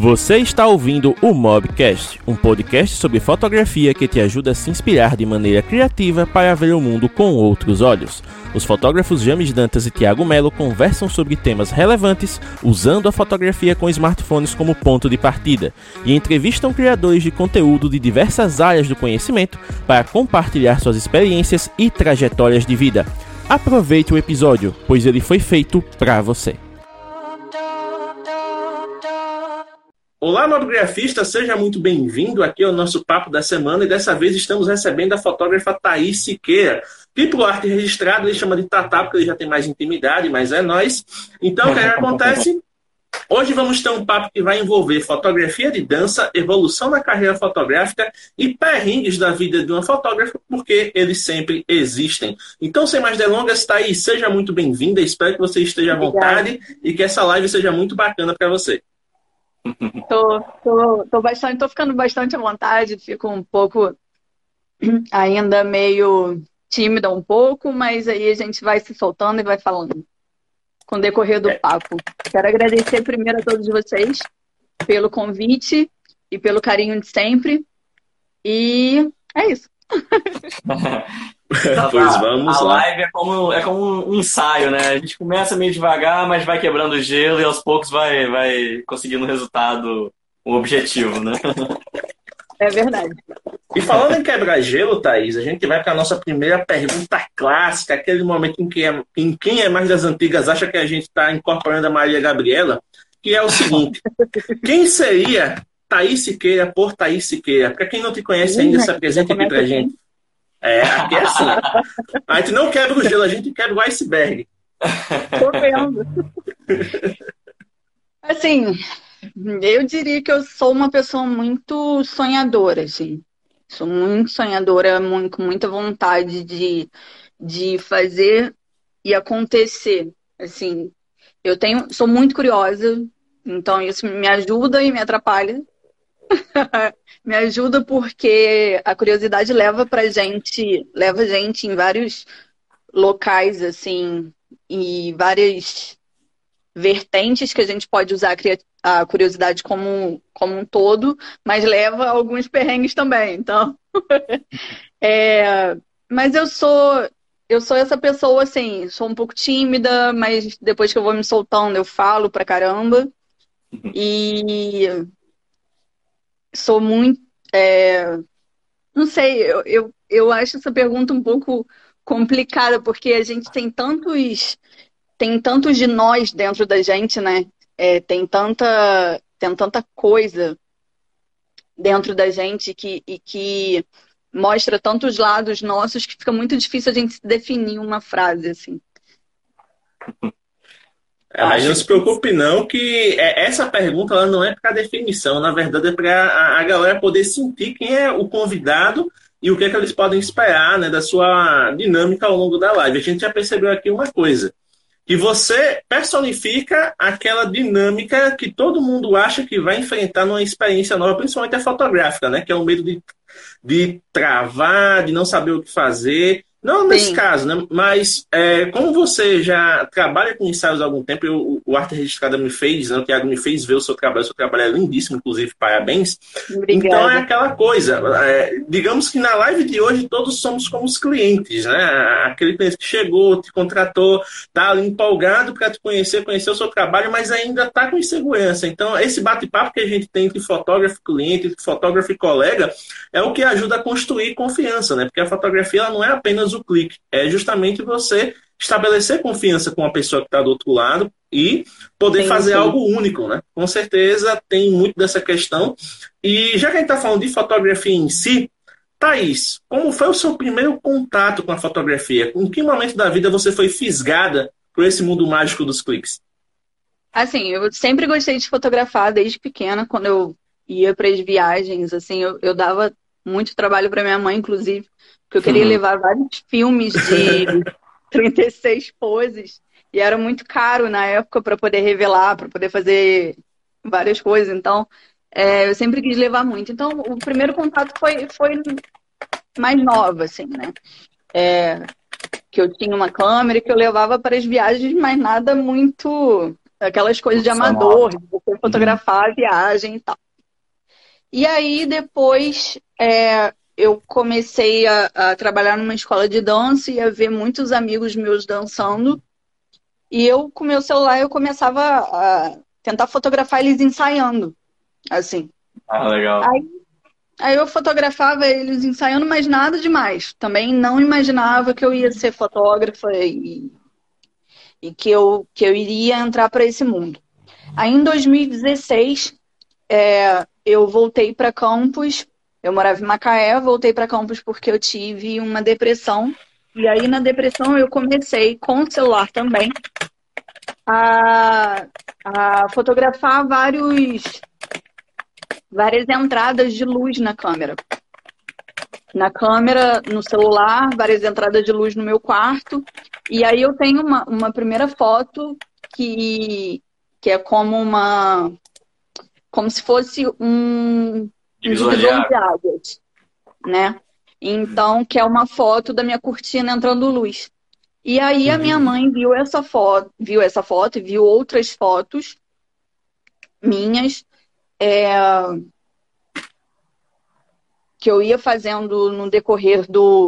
Você está ouvindo o Mobcast, um podcast sobre fotografia que te ajuda a se inspirar de maneira criativa para ver o mundo com outros olhos. Os fotógrafos James Dantas e Thiago Melo conversam sobre temas relevantes usando a fotografia com smartphones como ponto de partida e entrevistam criadores de conteúdo de diversas áreas do conhecimento para compartilhar suas experiências e trajetórias de vida. Aproveite o episódio, pois ele foi feito para você. Olá, mobgrafista, seja muito bem-vindo aqui ao nosso Papo da Semana e dessa vez estamos recebendo a fotógrafa Thaís Siqueira, que pro arte registrado ele chama de Tatá, porque ele já tem mais intimidade, mas é nóis. Então, o que acontece? Hoje vamos ter um papo que vai envolver fotografia de dança, evolução na carreira fotográfica e perrengues da vida de uma fotógrafa, porque eles sempre existem. Então, sem mais delongas, Thaís, seja muito bem-vinda, espero que você esteja à vontade e que essa live seja muito bacana para você. Tô ficando bastante à vontade, fico um pouco ainda meio tímida um pouco, mas aí a gente vai se soltando e vai falando com o decorrer do papo. Quero agradecer primeiro a todos vocês pelo convite e pelo carinho de sempre. E é isso. Pois vamos a lá. live é como um ensaio, né? A gente começa meio devagar, mas vai quebrando o gelo e aos poucos vai conseguindo um resultado, um objetivo, né? É verdade. E falando em quebra-gelo, Thaís, a gente vai para a nossa primeira pergunta clássica, aquele momento em quem é mais das antigas acha que a gente está incorporando a Maria Gabriela, que é o seguinte: quem seria Thaís Siqueira por Thaís Siqueira? Para quem não te conhece ainda, se apresente aqui para a gente. Aqui é assim. A gente não quebra o gelo, a gente quebra o iceberg. Tô vendo. Assim, eu diria que eu sou uma pessoa muito sonhadora, assim. Sou muito sonhadora, com muita vontade de fazer e acontecer. Assim, sou muito curiosa, então isso me ajuda e me atrapalha. Me ajuda porque a curiosidade leva a gente em vários locais, assim, e várias vertentes que a gente pode usar a curiosidade como um todo, mas leva a alguns perrengues também, então. Mas eu sou essa pessoa, assim, sou um pouco tímida, mas depois que eu vou me soltando, eu falo pra caramba. E sou muito. Não sei, eu acho essa pergunta um pouco complicada, porque a gente tem tantos de nós dentro da gente, né? Tem tanta coisa dentro da gente que mostra tantos lados nossos que fica muito difícil a gente definir uma frase, assim. Mas não se preocupe não, que essa pergunta ela não é para definição, na verdade é para a galera poder sentir quem é o convidado e o que é que eles podem esperar, né, da sua dinâmica ao longo da live. A gente já percebeu aqui uma coisa, que você personifica aquela dinâmica que todo mundo acha que vai enfrentar numa experiência nova, principalmente a fotográfica, né, que é o medo de travar, de não saber o que fazer. Não nesse caso, né? Mas como você já trabalha com ensaios há algum tempo, o Arte Registrada me fez, né? O Thiago me fez ver o seu trabalho é lindíssimo, inclusive, parabéns. Obrigada. Então é aquela coisa, digamos que na live de hoje todos somos como os clientes, né? Aquele cliente que chegou, te contratou, tá ali empolgado para te conhecer o seu trabalho, mas ainda tá com insegurança. Então esse bate-papo que a gente tem entre fotógrafo e cliente, entre fotógrafo e colega, é o que ajuda a construir confiança, né? Porque a fotografia ela não é apenas o clique, é justamente você estabelecer confiança com a pessoa que está do outro lado e poder fazer algo único, né? Com certeza tem muito dessa questão. E já que a gente está falando de fotografia em si, Thaís, como foi o seu primeiro contato com a fotografia? Em que momento da vida você foi fisgada por esse mundo mágico dos cliques? Assim, eu sempre gostei de fotografar desde pequena, quando eu ia para as viagens, assim, eu dava muito trabalho para minha mãe, inclusive, porque eu queria levar vários filmes de 36 poses, e era muito caro na época para poder revelar, para poder fazer várias coisas, então eu sempre quis levar muito. Então, o primeiro contato foi mais nova, assim, né? Que eu tinha uma câmera que eu levava para as viagens, mas nada muito aquelas coisas de amador, de você fotografar a viagem e tal. E aí, depois, eu comecei a trabalhar numa escola de dança e a ver muitos amigos meus dançando. E eu, com meu celular, eu começava a tentar fotografar eles ensaiando, assim. Ah, legal. Aí eu fotografava eles ensaiando, mas nada demais. Também não imaginava que eu ia ser fotógrafa e que eu iria entrar para esse mundo. Aí, em 2016, eu voltei para Campos. Eu morava em Macaé, voltei para Campos porque eu tive uma depressão. E aí, na depressão, eu comecei, com o celular também, a fotografar várias entradas de luz na câmera. Na câmera, no celular, várias entradas de luz no meu quarto. E aí eu tenho uma primeira foto que é como se fosse um divisor de águas, né? Então, que é uma foto da minha cortina entrando luz. E aí a minha mãe viu essa foto e viu outras fotos minhas que eu ia fazendo no decorrer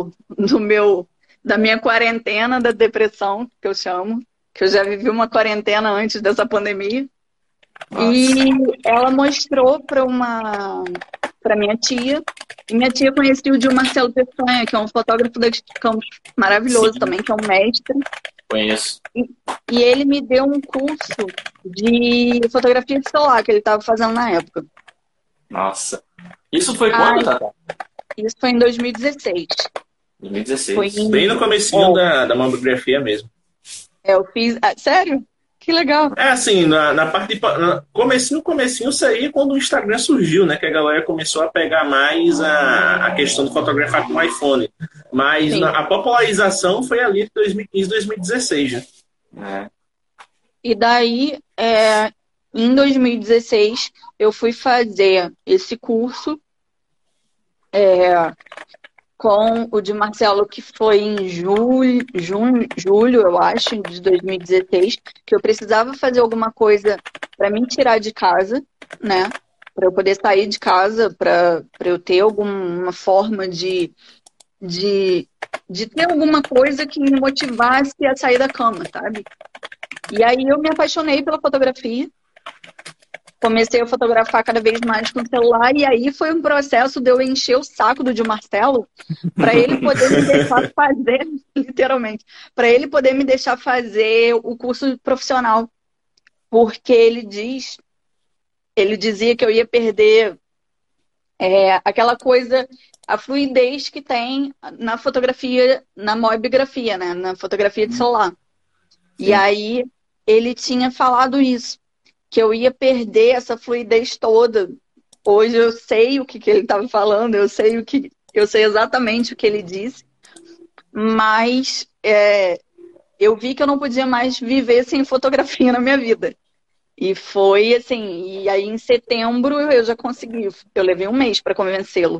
da minha quarentena da depressão, que eu chamo, que eu já vivi uma quarentena antes dessa pandemia. Nossa. E ela mostrou para minha tia, e minha tia conhecia o Gil Marcelo Peçanha, que é um fotógrafo de Campos maravilhoso. Sim. Também, que é um mestre. Conheço. E ele me deu um curso de fotografia de celular que ele estava fazendo na época. Nossa. Isso foi quando, Tata? Isso foi em 2016. 2016. Bem no comecinho da mamografia mesmo. Eu fiz... sério? Que legal. Assim, na parte de... Comecinho seria quando o Instagram surgiu, né? Que a galera começou a pegar mais a questão de fotografar com iPhone. Mas a popularização foi ali de 2015, 2016, né? E daí, em 2016, eu fui fazer esse curso com o de Marcelo, que foi em julho, eu acho, de 2016, que eu precisava fazer alguma coisa para me tirar de casa, né? Para eu poder sair de casa, para eu ter alguma forma de ter alguma coisa que me motivasse a sair da cama, sabe? E aí eu me apaixonei pela fotografia. Comecei a fotografar cada vez mais com o celular, e aí foi um processo de eu encher o saco do Gil Marcelo para ele poder me deixar fazer, literalmente, para ele poder me deixar fazer o curso profissional. Porque ele dizia que eu ia perder aquela coisa, a fluidez que tem na fotografia, na mobigrafia, né? Na fotografia de celular. Sim. E aí ele tinha falado isso, que eu ia perder essa fluidez toda. Hoje eu sei o que ele estava falando, eu sei exatamente o que ele disse, mas eu vi que eu não podia mais viver sem fotografia na minha vida. E foi assim, e aí em setembro eu já consegui, eu levei um mês para convencê-lo.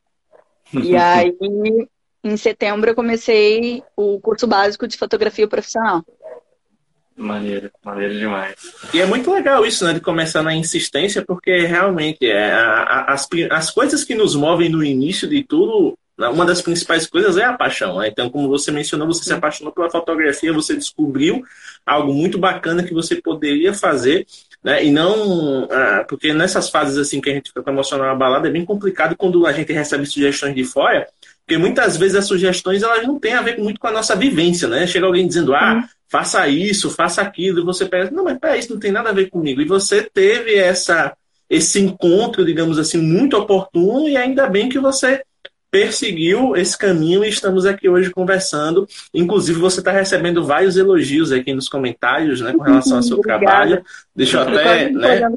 E aí em setembro eu comecei o curso básico de fotografia profissional. Maneiro demais. E é muito legal isso, né, de começar na insistência, porque realmente as coisas que nos movem no início de tudo, uma das principais coisas é a paixão, né? Então, como você mencionou, você se apaixonou pela fotografia, você descobriu algo muito bacana que você poderia fazer, né? E não... porque nessas fases assim que a gente fica emocional abalado, é bem complicado quando a gente recebe sugestões de fora, porque muitas vezes as sugestões elas não têm a ver muito com a nossa vivência, né? Chega alguém dizendo, faça isso, faça aquilo, e você pensa, não, mas peraí, isso não tem nada a ver comigo. E você teve esse encontro, digamos assim, muito oportuno, e ainda bem que você perseguiu esse caminho e estamos aqui hoje conversando. Inclusive, você está recebendo vários elogios aqui nos comentários, né, com relação ao seu trabalho. Deixa eu até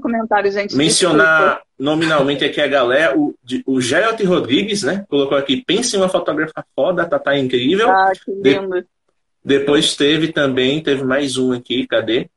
mencionar nominalmente aqui a galera. O Gerald Rodrigues, né, colocou aqui, pense em uma fotógrafa foda, tá incrível. Ah, que lindo. Depois teve mais um aqui, cadê?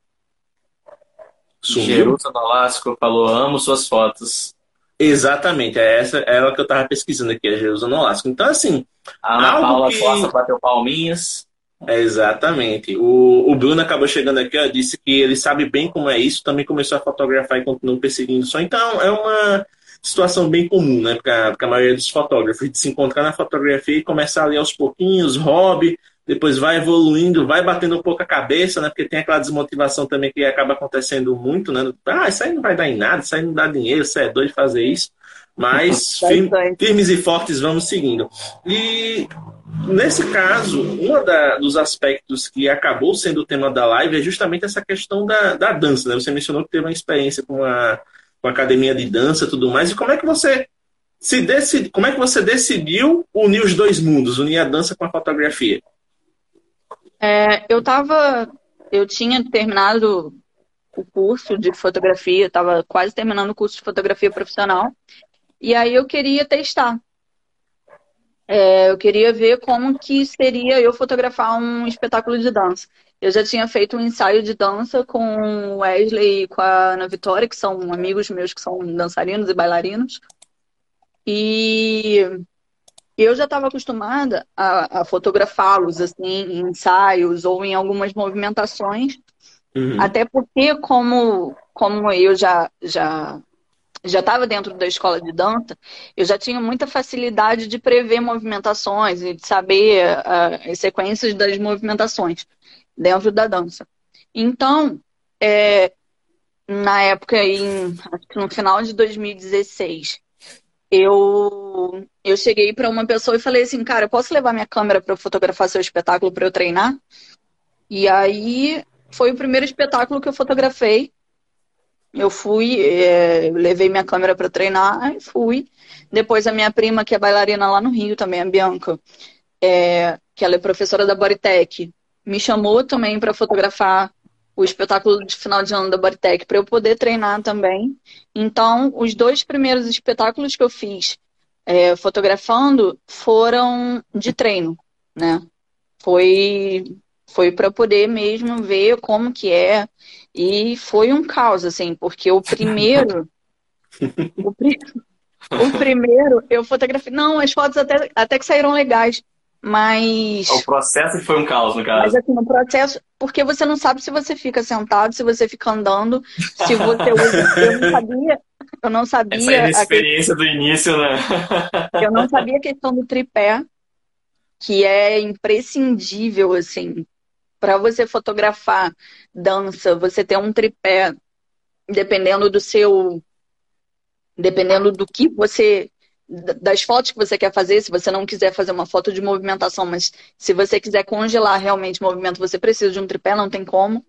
Jerusa Nolasco falou, amo suas fotos. Exatamente, é ela que eu tava pesquisando aqui, a Jerusa Nolasco. Então, assim... A Ana Paula Costa bateu palminhas. Exatamente. O Bruno acabou chegando aqui, ó, disse que ele sabe bem como é isso, também começou a fotografar e continuou perseguindo o sonho. Então, é uma situação bem comum, né, para a maioria dos fotógrafos, de se encontrar na fotografia e começar ali aos pouquinhos, hobby, depois vai evoluindo, vai batendo um pouco a cabeça, né, porque tem aquela desmotivação também que acaba acontecendo muito, né, isso aí não vai dar em nada, isso aí não dá dinheiro, você é doido de fazer isso, mas firmes e fortes vamos seguindo. E nesse caso, dos aspectos que acabou sendo o tema da live é justamente essa questão da dança, né? Você mencionou que teve uma experiência com a academia de dança e tudo mais. E como é que você como é que você decidiu unir os dois mundos, unir a dança com a fotografia? Eu tinha terminado o curso de fotografia, estava quase terminando o curso de fotografia profissional, e aí eu queria testar. Eu queria ver como que seria eu fotografar um espetáculo de dança. Eu já tinha feito um ensaio de dança com o Wesley e com a Ana Vitória, que são amigos meus que são dançarinos e bailarinos. E eu já estava acostumada a fotografá-los assim, em ensaios ou em algumas movimentações. Uhum. Até porque, como eu já estava dentro da escola de dança, eu já tinha muita facilidade de prever movimentações e de saber as sequências das movimentações dentro da dança. Então, na época, acho que no final de 2016, eu cheguei para uma pessoa e falei assim, cara, eu posso levar minha câmera para fotografar seu espetáculo para eu treinar? E aí foi o primeiro espetáculo que eu fotografei. Eu fui, levei minha câmera para treinar e fui. Depois a minha prima, que é bailarina lá no Rio também, a Bianca, que ela é professora da Bodytech, me chamou também para fotografar o espetáculo de final de ano da Bodytech, para eu poder treinar também. Então, os 2 primeiros espetáculos que eu fiz fotografando foram de treino, né? Foi para poder mesmo ver como que é. E foi um caos, assim, porque o primeiro eu fotografei. Não, as fotos até que saíram legais, mas. O processo foi um caos, no caso. Mas assim, o processo, porque você não sabe se você fica sentado, se você fica andando, se você usa. Eu não sabia. Essa é a experiência do início, né? Eu não sabia a questão do tripé, que é imprescindível, assim. Para você fotografar dança, você ter um tripé, dependendo do que você, das fotos que você quer fazer, se você não quiser fazer uma foto de movimentação, mas se você quiser congelar realmente o movimento, você precisa de um tripé, não tem como.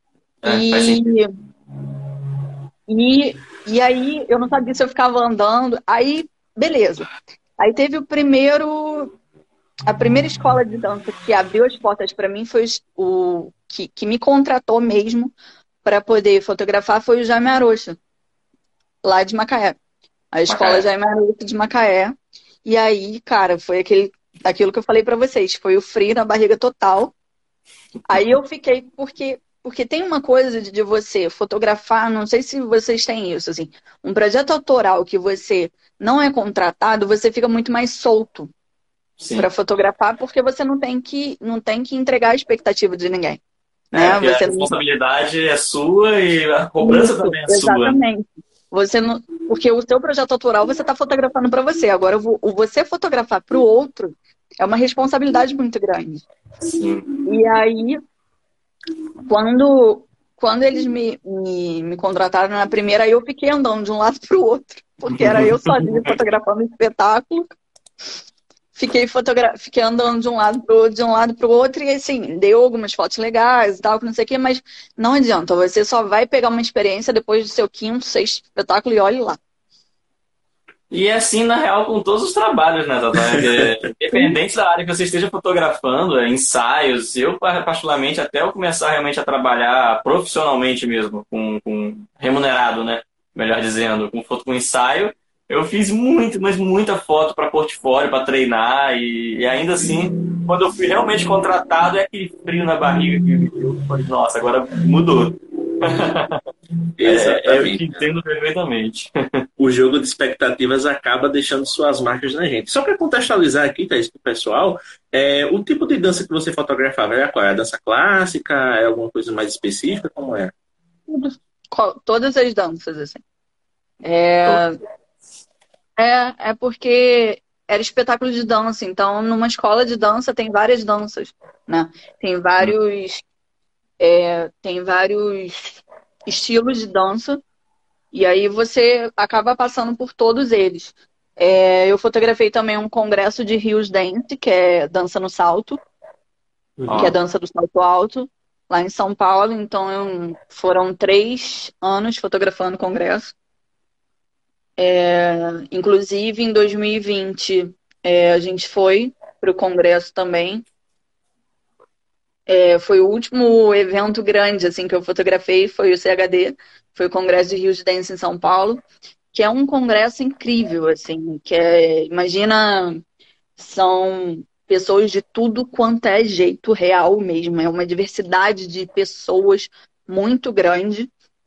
E aí, eu não sabia se eu ficava andando, aí, beleza. Aí teve a primeira escola de dança que abriu as portas para mim foi o que me contratou mesmo para poder fotografar foi o Jaime Arocha, lá de Macaé. A escola Jaime Arocha de Macaé. E aí, cara, foi aquilo que eu falei para vocês, foi o frio na barriga total. Aí eu fiquei, porque tem uma coisa de você fotografar, não sei se vocês têm isso, assim, um projeto autoral que você não é contratado, você fica muito mais solto para fotografar, porque você não tem que entregar a expectativa de ninguém. Né? A responsabilidade é sua e a cobrança também é sua. Exatamente. Porque o seu projeto autoral você está fotografando para você. Agora, você fotografar para o outro é uma responsabilidade muito grande. Sim. E aí, quando eles me contrataram na primeira, eu fiquei andando de um lado para o outro, porque era eu sozinha fotografando o espetáculo. Fiquei andando de um lado para o outro e assim, deu algumas fotos legais e tal, não sei o quê, mas não adianta, você só vai pegar uma experiência depois do seu 5º, 6º espetáculo e olhe lá. E é assim, na real, com todos os trabalhos, né, Tata? Independente da área que você esteja fotografando, ensaios, eu particularmente, até eu começar realmente a trabalhar profissionalmente mesmo, com remunerado, né, melhor dizendo, com ensaio, eu fiz mas muita foto para portfólio, para treinar, e ainda assim, quando eu fui realmente contratado, é aquele frio na barriga que eu falei, nossa, agora mudou. Eu te Exatamente. entendo perfeitamente. O jogo de expectativas acaba deixando suas marcas na gente. Só para contextualizar aqui, Thaís, para o pessoal, o tipo de dança que você fotografava era qual? É a dança clássica? É alguma coisa mais específica? Como é? Todas as danças, assim. É porque era espetáculo de dança, então numa escola de dança tem várias danças, né? Tem vários estilos de dança, e aí você acaba passando por todos eles. Eu fotografei também um congresso de Rios Dance, que é dança no salto, que é dança do salto alto, lá em São Paulo. Então foram 3 anos fotografando o congresso. Inclusive, em 2020, a gente foi para o congresso também. Foi o último evento grande assim que eu fotografei, foi o CHD, foi o Congresso de Rio de Dance em São Paulo, que é um congresso incrível, assim, imagina, são pessoas de tudo quanto é jeito real mesmo, é uma diversidade de pessoas muito grande.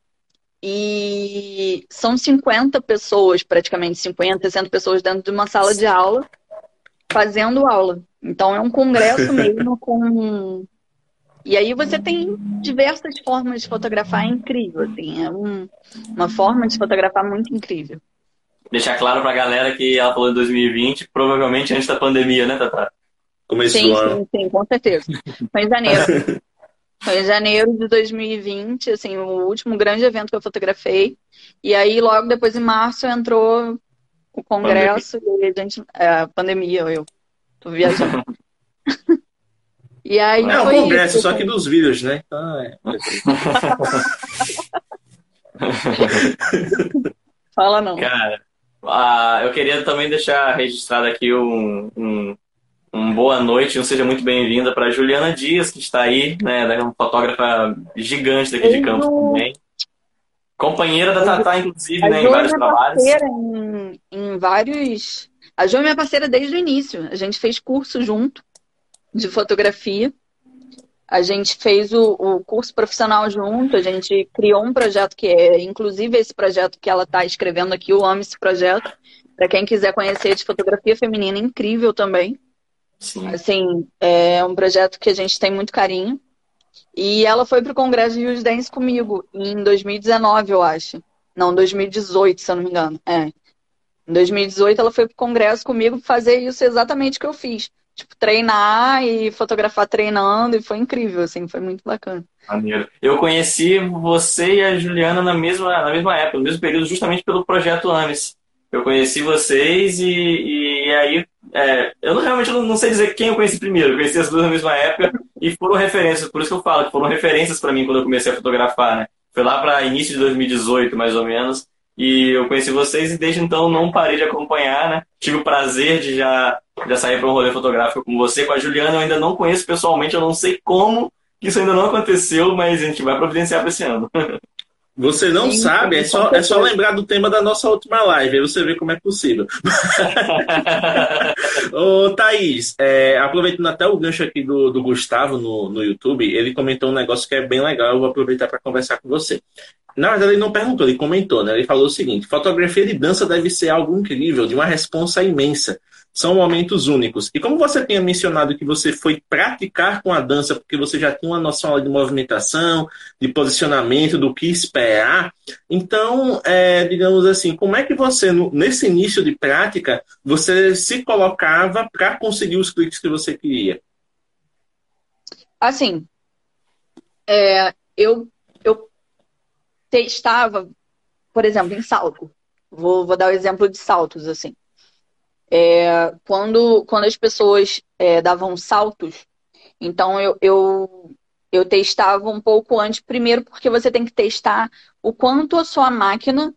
E são 50 pessoas, praticamente 50, 60 pessoas dentro de uma sala de aula, fazendo aula. Então é um congresso mesmo com. E aí você tem diversas formas de fotografar, é incrível, assim, uma forma de fotografar muito incrível. Deixar claro pra galera que ela falou em 2020, provavelmente antes da pandemia, né, Tata? Começo do Sim, ano. sim, sim, com certeza. Foi em janeiro. Foi em janeiro de 2020, assim, o último grande evento que eu fotografei. E aí, logo depois, em março, entrou o Pandemia. congresso e a gente. Pandemia, eu tô viajando. E aí É um foi congresso, isso, só que assim. dos vídeos, né? Então, Fala não. Cara, eu queria também deixar registrado aqui um boa noite, um seja muito bem-vinda para Juliana Dias, que está aí, né, uma fotógrafa gigante daqui de Campos Beijo. também. Companheira da Tatá, inclusive, A né, em Jo é vários minha trabalhos. parceira em vários. A Jo é minha parceira desde o início. A gente fez curso junto de fotografia. A gente fez o curso profissional junto. A gente criou um projeto inclusive, esse projeto que ela está escrevendo aqui. Eu amo esse projeto. Para quem quiser conhecer, de fotografia feminina, incrível também. Sim. Assim, é um projeto que a gente tem muito carinho. E ela foi pro Congresso de Just Dance comigo em 2019, eu acho. Não, 2018, se eu não me engano. Em 2018 ela foi pro Congresso comigo fazer isso exatamente que eu fiz. Tipo, treinar e fotografar treinando, e foi incrível, assim, foi muito bacana. Maneiro. Eu conheci você e a Juliana na mesma época, no mesmo período, justamente pelo projeto AMES. Eu conheci vocês e aí eu realmente não sei dizer quem eu conheci primeiro. Eu conheci as duas na mesma época e foram referências, por isso que eu falo, que foram referências para mim quando eu comecei a fotografar, né? Foi lá para início de 2018, mais ou menos, e eu conheci vocês e desde então não parei de acompanhar, né? Tive o prazer de já sair para um rolê fotográfico com você, com a Juliana eu ainda não conheço pessoalmente, eu não sei como isso ainda não aconteceu, mas a gente vai providenciar para esse ano. você não Sim, sabe, sim, com é só certeza. lembrar do tema da nossa última live, aí você vê como é possível. Ô, Thaís, aproveitando até o gancho aqui do Gustavo no YouTube, ele comentou um negócio que é bem legal, eu vou aproveitar para conversar com você. Na verdade, ele não perguntou, ele comentou, né? Ele falou o seguinte: fotografia de dança deve ser algo incrível, de uma responsa imensa. São momentos únicos. E como você tinha mencionado que você foi praticar com a dança, porque você já tinha uma noção de movimentação, de posicionamento, do que esperar, então, digamos assim, como é que você, nesse início de prática, você se colocava para conseguir os cliques que você queria? Assim, eu testava, por exemplo, em salto. Vou dar o exemplo de saltos, assim. Quando as pessoas davam saltos, então eu testava um pouco antes, primeiro porque você tem que testar o quanto a sua máquina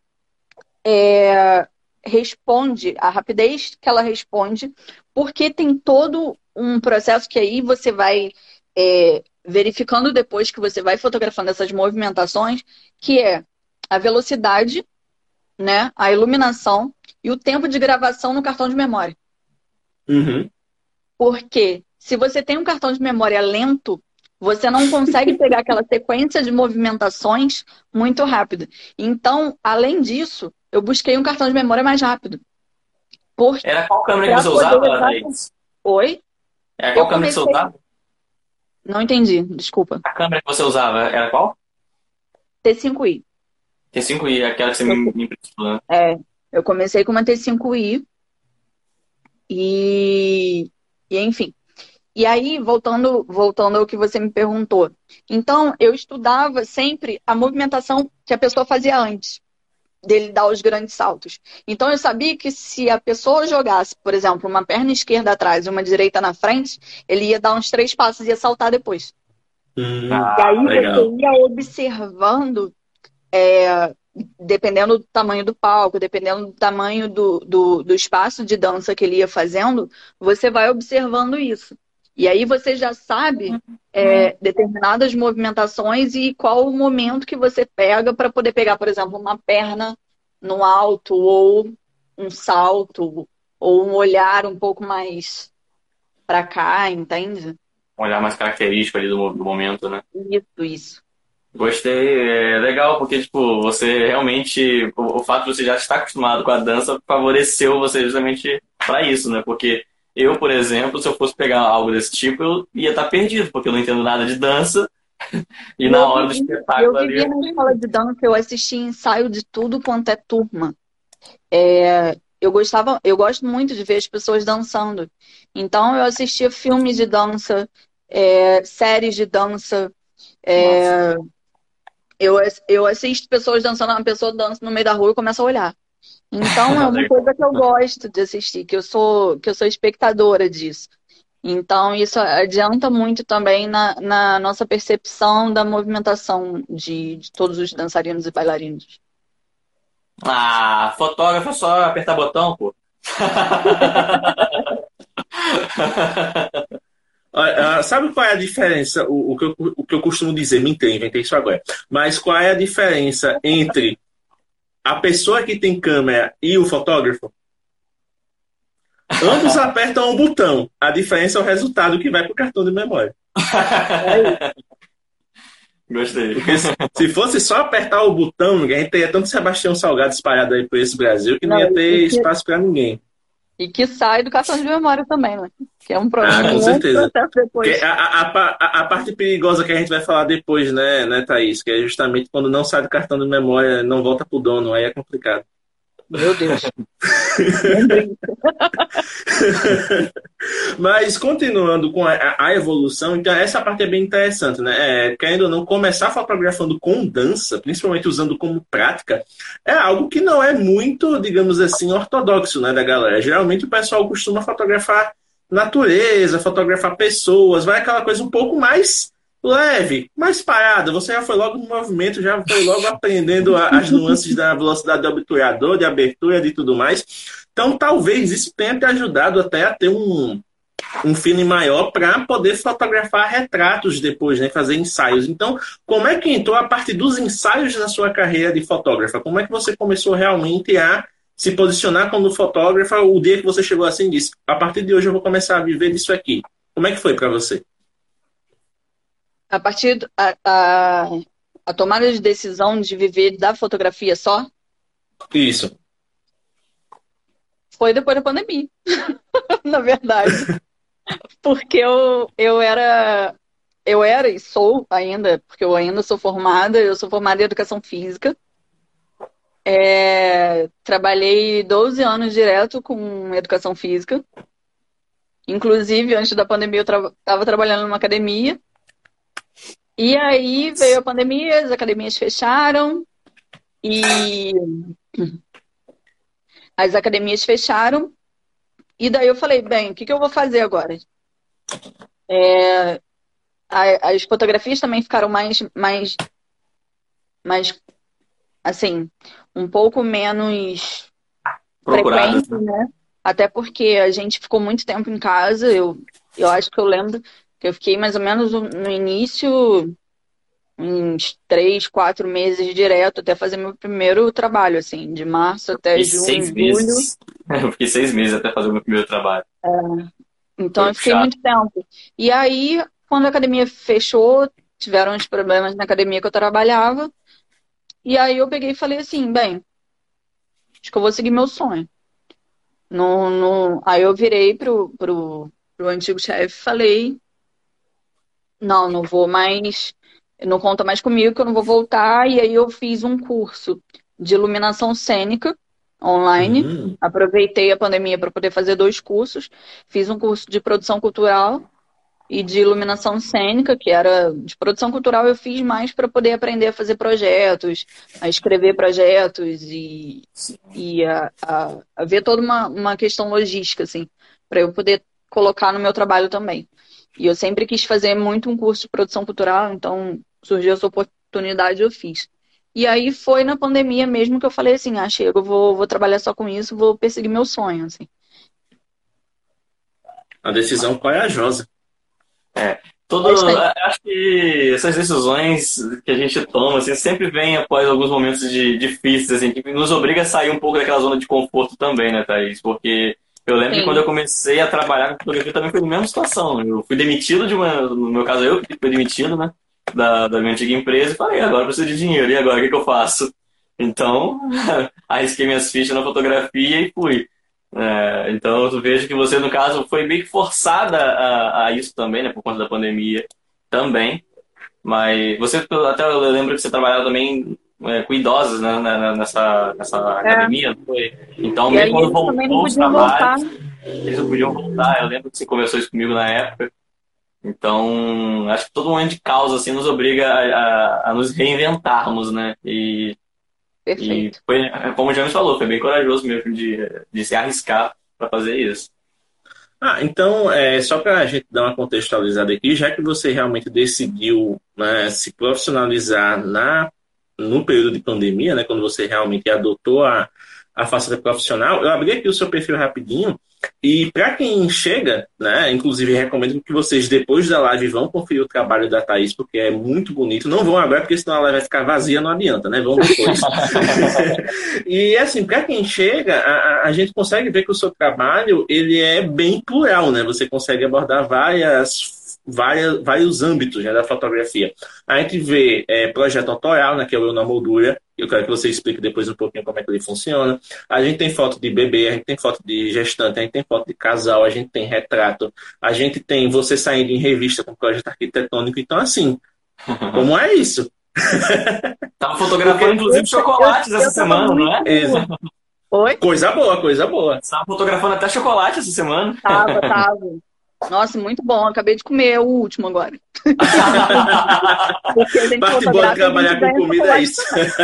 responde, a rapidez que ela responde, porque tem todo um processo que aí você vai verificando depois que você vai fotografando essas movimentações, que é a velocidade, né, a iluminação e o tempo de gravação no cartão de memória. Uhum. Porque se você tem um cartão de memória lento, você não consegue pegar aquela sequência de movimentações muito rápida. Então, além disso, eu busquei um cartão de memória mais rápido. Era qual câmera que Pra você poder usava, usar- Thaís? Oi? Era Eu qual câmera que você comecei. usava? Não entendi, desculpa. A câmera que você usava era qual? T5i. T5i, aquela que você Eu, me emprestou, né? eu comecei com uma T5i e, enfim. E aí, voltando ao que você me perguntou. Então, eu estudava sempre a movimentação que a pessoa fazia antes dele dar os grandes saltos. Então, eu sabia que se a pessoa jogasse, por exemplo, uma perna esquerda atrás e uma direita na frente, ele ia dar uns 3 passos e ia saltar depois. E aí, Legal. você ia observando, dependendo do tamanho do palco, dependendo do tamanho do espaço de dança que ele ia fazendo, você vai observando isso. E aí você já sabe determinadas movimentações e qual o momento que você pega para poder pegar, por exemplo, uma perna no alto, ou um salto, ou um olhar um pouco mais para cá, entende? Um olhar mais característico ali do momento, né? Isso. Gostei, é legal, porque, tipo, você realmente, o fato de você já estar acostumado com a dança favoreceu você justamente para isso, né? Porque eu, por exemplo, se eu fosse pegar algo desse tipo, eu ia estar perdido, porque eu não entendo nada de dança, e E na hora do espetáculo eu ali, vivia na escola de dança, eu assistia ensaio de tudo quanto é turma. Eu gosto muito de ver as pessoas dançando. Então eu assistia filmes de dança, séries de dança. nossa, Eu assisto pessoas dançando, uma pessoa dança no meio da rua e eu começo a olhar. Então é uma legal. coisa que eu gosto de assistir, que eu sou espectadora disso. Então isso adianta muito também na nossa percepção da movimentação de todos os dançarinos e bailarinos. Ah, fotógrafo é só apertar botão, pô. Sabe qual é a diferença? O que eu costumo dizer, inventei isso agora. Mas qual é a diferença entre a pessoa que tem câmera e o fotógrafo? Ambos apertam o botão. A diferença é o resultado que vai para o cartão de memória. Gostei. Porque se fosse só apertar o botão, a gente teria tanto Sebastião Salgado espalhado aí por esse Brasil que não Não, ia ter espaço para ninguém. e que sai do cartão de memória também, né? Que é um Com outro certeza. processo Porque depois. a parte perigosa que a gente vai falar depois, né, Thaís? Que é justamente quando não sai do cartão de memória, não volta pro dono, aí é complicado. Meu Deus. Nem brinca. Mas continuando com a evolução, então essa parte é bem interessante, né? Querendo ou não, começar fotografando com dança, principalmente usando como prática, é algo que não é muito, digamos assim, ortodoxo, né, da galera. Geralmente o pessoal costuma fotografar natureza, fotografar pessoas, vai aquela coisa um pouco mais leve, mais parada. Você já foi logo no movimento, já foi logo aprendendo as nuances da velocidade do obturador, de abertura, de tudo mais. Então, talvez isso tenha te ajudado até a ter um feeling maior para poder fotografar retratos depois, né? Fazer ensaios. Então, como é que entrou a parte dos ensaios na sua carreira de fotógrafa? Como é que você começou realmente a se posicionar como fotógrafa o dia que você chegou assim e disse, a partir de hoje eu vou começar a viver disso aqui? Como é que foi para você? A partir a tomada de decisão de viver da fotografia só Isso. foi depois da pandemia, na verdade. Porque eu era e sou ainda, porque eu sou formada em educação física. Trabalhei 12 anos direto com educação física. Inclusive, antes da pandemia, eu estava trabalhando numa academia. E aí veio a pandemia, as academias fecharam. E as academias fecharam. E daí eu falei, bem, o que eu vou fazer agora? As fotografias também ficaram mais, assim, um pouco menos Procuradas, frequentes, né? Até porque a gente ficou muito tempo em casa. Eu acho que eu lembro que eu fiquei mais ou menos no início, uns 3, 4 meses direto até fazer meu primeiro trabalho, assim, de março até e junho, 6 julho. meses. Eu fiquei 6 meses até fazer o meu primeiro trabalho. Então Foi eu fiquei puxado. muito tempo. E aí quando a academia fechou, tiveram uns problemas na academia que eu trabalhava. E aí eu peguei e falei assim, bem, acho que eu vou seguir meu sonho. Aí eu virei pro antigo chefe e falei, não vou mais, não conta mais comigo, que eu não vou voltar. E aí eu fiz um curso de iluminação cênica online. Aproveitei a pandemia para poder fazer 2 cursos. Fiz um curso de produção cultural e de iluminação cênica, que era de produção cultural, eu fiz mais para poder aprender a fazer projetos, a escrever projetos e a ver toda uma questão logística, assim, para eu poder colocar no meu trabalho também. E eu sempre quis fazer muito um curso de produção cultural, então surgiu essa oportunidade e eu fiz. E aí foi na pandemia mesmo que eu falei assim, chega, eu vou trabalhar só com isso, vou perseguir meu sonho, assim. Uma decisão corajosa. Acho que essas decisões que a gente toma assim, sempre vêm após alguns momentos difíceis, assim, que nos obriga a sair um pouco daquela zona de conforto também, né, Thaís? Porque eu lembro que quando eu comecei a trabalhar com fotografia também foi a mesma situação. Eu fui demitido no meu caso eu que fui demitido, né, da minha antiga empresa e falei, agora eu preciso de dinheiro, e agora o que eu faço? Então, arrisquei minhas fichas na fotografia e fui. Então eu vejo que você, no caso, foi meio que forçada a isso também, né, por conta da pandemia também. Mas você, até eu lembro que você trabalhava também com idosos, né, nessa academia, não foi? Então, mesmo quando voltou os trabalhos, eles não podiam voltar. Eu lembro que você conversou isso comigo na época. Então, acho que todo momento de causa assim, nos obriga a nos reinventarmos, né? Perfeito. E foi, como o James falou, foi bem corajoso mesmo de se arriscar para fazer isso. Então, só para a gente dar uma contextualizada aqui, já que você realmente decidiu, né, se profissionalizar no período de pandemia, né, quando você realmente adotou a faceta profissional, eu abri aqui o seu perfil rapidinho e para quem chega, né, inclusive recomendo que vocês depois da live vão conferir o trabalho da Thaís, porque é muito bonito. Não vão agora, porque senão a live vai ficar vazia, não adianta, né? Vão depois. E assim, para quem chega, a gente consegue ver que o seu trabalho ele é bem plural, né? Você consegue abordar vários âmbitos, né, da fotografia. A gente vê projeto autoral, né, que é o Eu na Moldura. Eu quero que você explique depois um pouquinho como é que ele funciona. A gente tem foto de bebê, a gente tem foto de gestante, a gente tem foto de casal, a gente tem retrato, a gente tem você saindo em revista com projeto arquitetônico. Então, assim, como é isso? Tava fotografando, inclusive, chocolates essa semana, não é? Oi? Coisa boa, coisa boa. Tava fotografando até chocolate essa semana. Tava. Nossa, muito bom. Acabei de comer o último agora. Parte boa de trabalhar com comida é isso.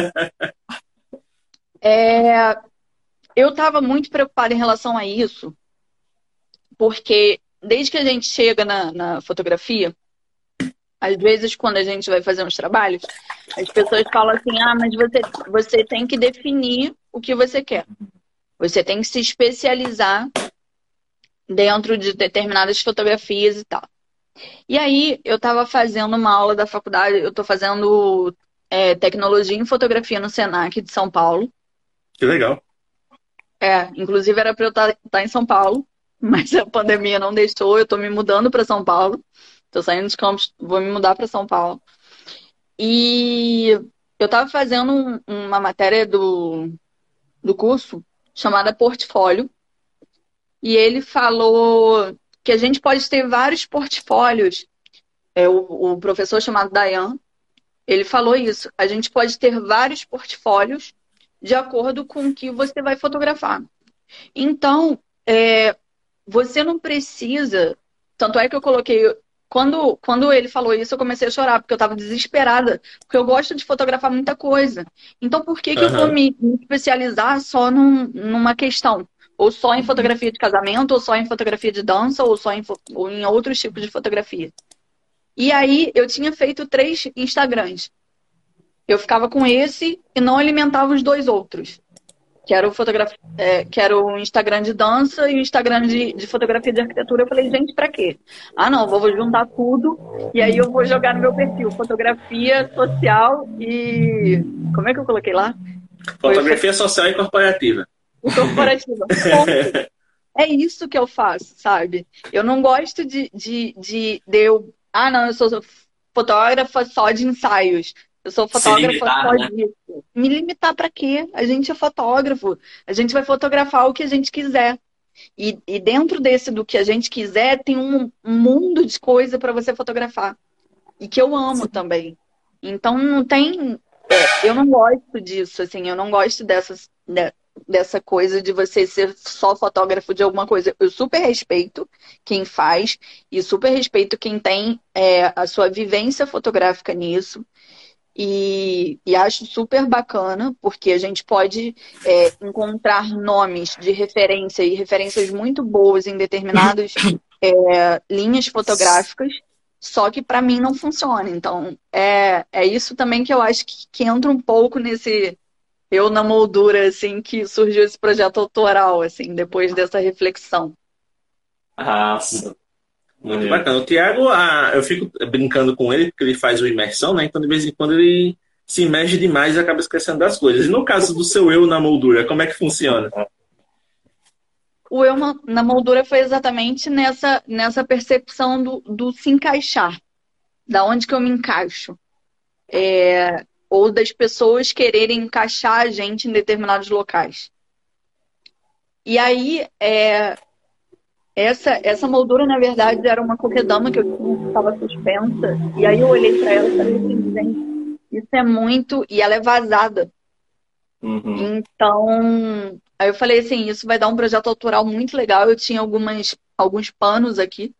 Eu estava muito preocupada em relação a isso, porque desde que a gente chega na fotografia, às vezes quando a gente vai fazer uns trabalhos, as pessoas falam assim, mas você tem que definir o que você quer. Você tem que se especializar dentro de determinadas fotografias e tal. E aí, eu estava fazendo uma aula da faculdade, eu estou fazendo tecnologia em fotografia no Senac de São Paulo. Que legal. Inclusive era para eu estar em São Paulo, mas a pandemia não deixou, eu estou me mudando para São Paulo. Estou saindo de Campos, vou me mudar para São Paulo. E eu estava fazendo uma matéria do curso chamada Portfólio. E ele falou que a gente pode ter vários portfólios. O professor chamado Dayan, ele falou isso. A gente pode ter vários portfólios de acordo com o que você vai fotografar. Então, você não precisa... Tanto é que eu coloquei... Quando ele falou isso, eu comecei a chorar, porque eu estava desesperada. Porque eu gosto de fotografar muita coisa. Então, por que eu vou me especializar só numa questão? Ou só em fotografia de casamento, ou só em fotografia de dança, ou em outros tipos de fotografia. E aí, eu tinha feito 3 Instagrams. Eu ficava com esse e não alimentava os 2 outros. Que era o Instagram de dança e o Instagram de fotografia de arquitetura. Eu falei, gente, pra quê? Não, vou juntar tudo e aí eu vou jogar no meu perfil. Fotografia social e... Como é que eu coloquei lá? Fotografia social e corporativa. Corporativa. É isso que eu faço, sabe? Eu não gosto de eu ah, não, eu sou fotógrafa só de ensaios. Eu sou Se fotógrafa limitar, só né? disso. Me limitar pra quê? A gente é fotógrafo. A gente vai fotografar o que a gente quiser. E dentro desse do que a gente quiser, tem um mundo de coisa para você fotografar. E que eu amo também. Então não tem. Eu não gosto disso, assim, eu não gosto dessa coisa de você ser só fotógrafo de alguma coisa. Eu super respeito quem faz e super respeito quem tem a sua vivência fotográfica nisso. E acho super bacana, porque a gente pode encontrar nomes de referência e referências muito boas em determinadas linhas fotográficas, só que para mim não funciona. Então, é isso também que eu acho que entra um pouco nesse eu na moldura, assim, que surgiu esse projeto autoral, assim, depois dessa reflexão. Nossa, Muito maneiro. bacana. O Thiago, eu fico brincando com ele, porque ele faz o imersão, né? Então, de vez em quando, ele se imerge demais e acaba esquecendo das coisas. E no caso do seu eu na moldura, como é que funciona? O eu na moldura foi exatamente nessa percepção do se encaixar. Da onde que eu me encaixo? Ou das pessoas quererem encaixar a gente em determinados locais. E aí, essa moldura, na verdade, era uma coquedama que eu tinha que estava suspensa. E aí eu olhei para ela e falei assim, gente, isso é muito... E ela é vazada. Uhum. Então, aí eu falei assim, isso vai dar um projeto autoral muito legal. Eu tinha alguns panos aqui.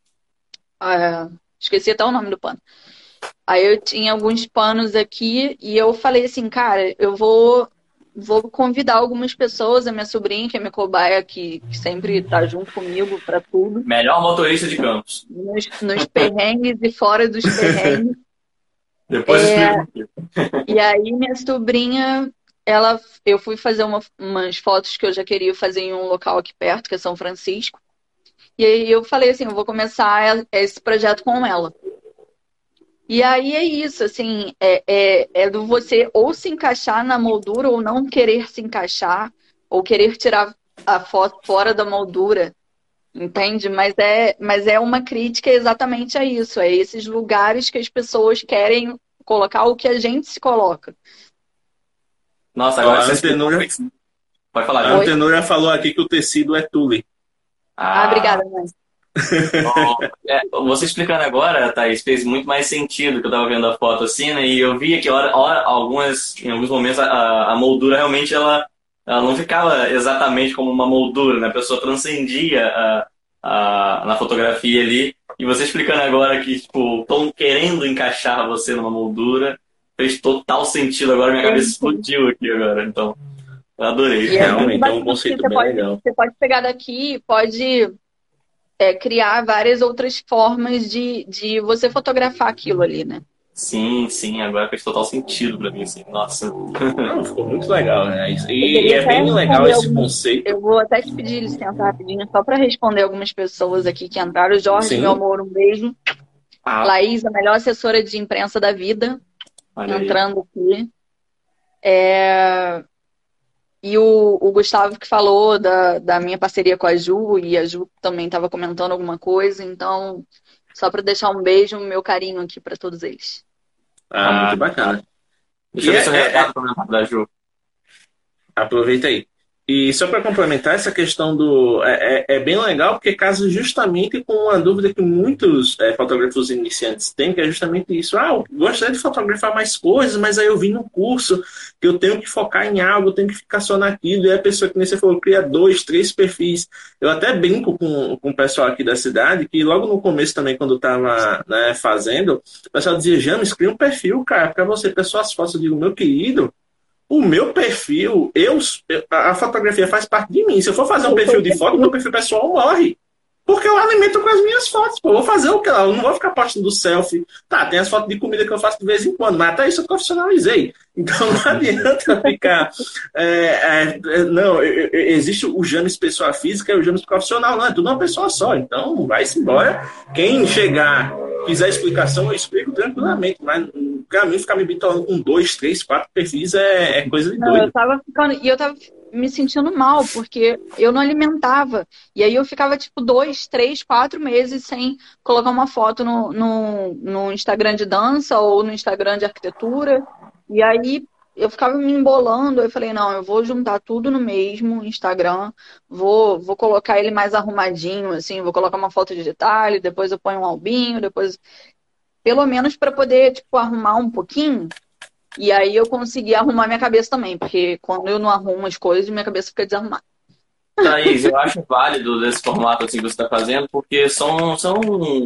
Esqueci até o nome do pano. Aí eu tinha alguns panos aqui e eu falei assim, cara, eu vou convidar algumas pessoas, a minha sobrinha, que é minha cobaia, que sempre tá junto comigo para tudo, Melhor motorista de campos. nos perrengues e fora dos perrengues. Depois explico por quê. E aí minha sobrinha, eu fui fazer umas fotos que eu já queria fazer em um local aqui perto, que é São Francisco. E aí eu falei assim, eu vou começar esse projeto com ela. E aí é isso, assim, do você ou se encaixar na moldura ou não querer se encaixar, ou querer tirar a foto fora da moldura, entende? Mas é uma crítica exatamente a isso, é esses lugares que as pessoas querem colocar o que a gente se coloca. Nossa, Ó, agora a você explicou. Antenura, Pode falar, a João. Oi? Antenura falou aqui que o tecido é tule. Obrigada, mãe. Você explicando agora, Thaís, fez muito mais sentido que eu tava vendo a foto assim, né? E eu vi que em alguns momentos a moldura realmente ela não ficava exatamente como uma moldura, né? A pessoa transcendia na fotografia ali. E você explicando agora que, tipo, estão querendo encaixar você numa moldura, fez total sentido agora, minha cabeça explodiu aqui agora. Então, eu adorei. E é muito Realmente é um bacana, porque conceito bem legal. você pode pegar daqui e pode criar várias outras formas de você fotografar aquilo ali, né? Sim, sim, agora fez total sentido pra mim, assim. Nossa. Não, ficou muito legal, né? Eu E queria é até bem legal responder esse conceito. Eu vou até te pedir licença rapidinho, só para responder algumas pessoas aqui que entraram. Jorge, Sim. meu amor, um beijo. Ah, Laís, a melhor assessora de imprensa da vida, olha aí. entrando aqui. E o Gustavo que falou da minha parceria com a Ju, e a Ju também estava comentando alguma coisa. Então, só para deixar um beijo, meu carinho aqui para todos eles. Muito bacana. Deixa eu ver se eu resgato o comentário da Ju. Aproveita aí. E só para complementar essa questão do... É bem legal porque casa justamente com uma dúvida que muitos fotógrafos iniciantes têm, que é justamente isso. Eu gostaria de fotografar mais coisas, mas aí eu vi no curso que eu tenho que focar em algo, eu tenho que ficar só naquilo. E a pessoa que nem você falou, cria 2, 3 perfis. Eu até brinco com o pessoal aqui da cidade, que logo no começo também, quando eu estava fazendo, o pessoal dizia, James, cria um perfil, cara, para você ter suas fotos. Eu digo, meu querido, o meu perfil, a fotografia faz parte de mim. Se eu for fazer um perfil de foto, meu perfil pessoal morre. Porque eu alimento com as minhas fotos. Pô, eu vou fazer o que? Eu não vou ficar postando selfie. Tá, tem as fotos de comida que eu faço de vez em quando, mas até isso eu profissionalizei. Então não adianta ficar... não, existe o James pessoa física e o James profissional. Não, é tudo uma pessoa só. Então vai-se embora. Quem chegar, quiser explicação, eu explico tranquilamente. Mas pra mim, ficar me bitolando com 2, 3, 4 perfis é coisa de Não, doido. eu tava me sentindo mal, porque eu não alimentava. E aí eu ficava, tipo, 2, 3, 4 meses sem colocar uma foto no Instagram de dança ou no Instagram de arquitetura. E aí eu ficava me embolando. Eu falei, não, eu vou juntar tudo no mesmo Instagram, vou colocar ele mais arrumadinho, assim, vou colocar uma foto de detalhe, depois eu ponho um albinho, depois. Pelo menos para poder, tipo, arrumar um pouquinho. E aí eu consegui arrumar minha cabeça também, porque quando eu não arrumo as coisas, minha cabeça fica desarrumada. Thaís, eu acho válido desse formato assim, que você está fazendo, porque são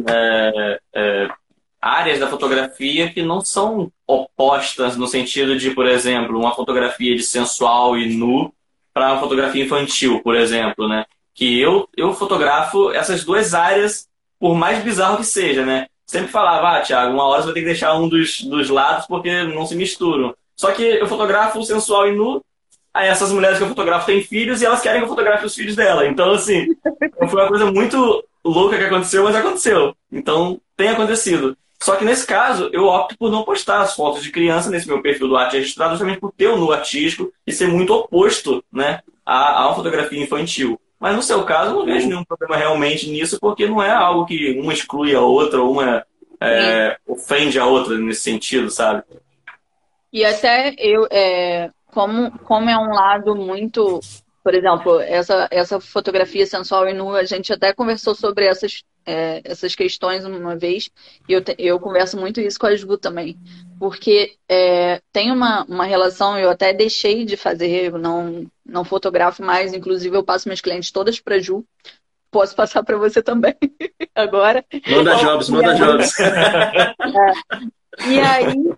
áreas da fotografia que não são opostas no sentido de, por exemplo, uma fotografia de sensual e nu para uma fotografia infantil, por exemplo, né? Que eu fotografo essas duas áreas, por mais bizarro que seja, né? Sempre falava, Thiago, uma hora você vai ter que deixar um dos lados porque não se misturam. Só que eu fotografo o sensual e nu, aí essas mulheres que eu fotografo têm filhos e elas querem que eu fotografe os filhos dela. Então, assim, foi uma coisa muito louca que aconteceu, mas aconteceu. Então, tem acontecido. Só que nesse caso, eu opto por não postar as fotos de criança nesse meu perfil do arte registrado, justamente por ter o nu artístico e ser muito oposto, né, a uma fotografia infantil. Mas no seu caso, eu não vejo nenhum problema realmente nisso, porque não é algo que uma exclui a outra, ou uma ofende a outra nesse sentido, sabe? E até eu, como é um lado muito, por exemplo, essa fotografia sensual e nua, a gente até conversou sobre essas questões uma vez, e eu converso muito isso com a Ju também, porque tem uma relação, eu até deixei de fazer, eu não fotografo mais, inclusive eu passo minhas clientes todas para Ju, posso passar para você também agora. Manda jobs, manda jobs. E aí,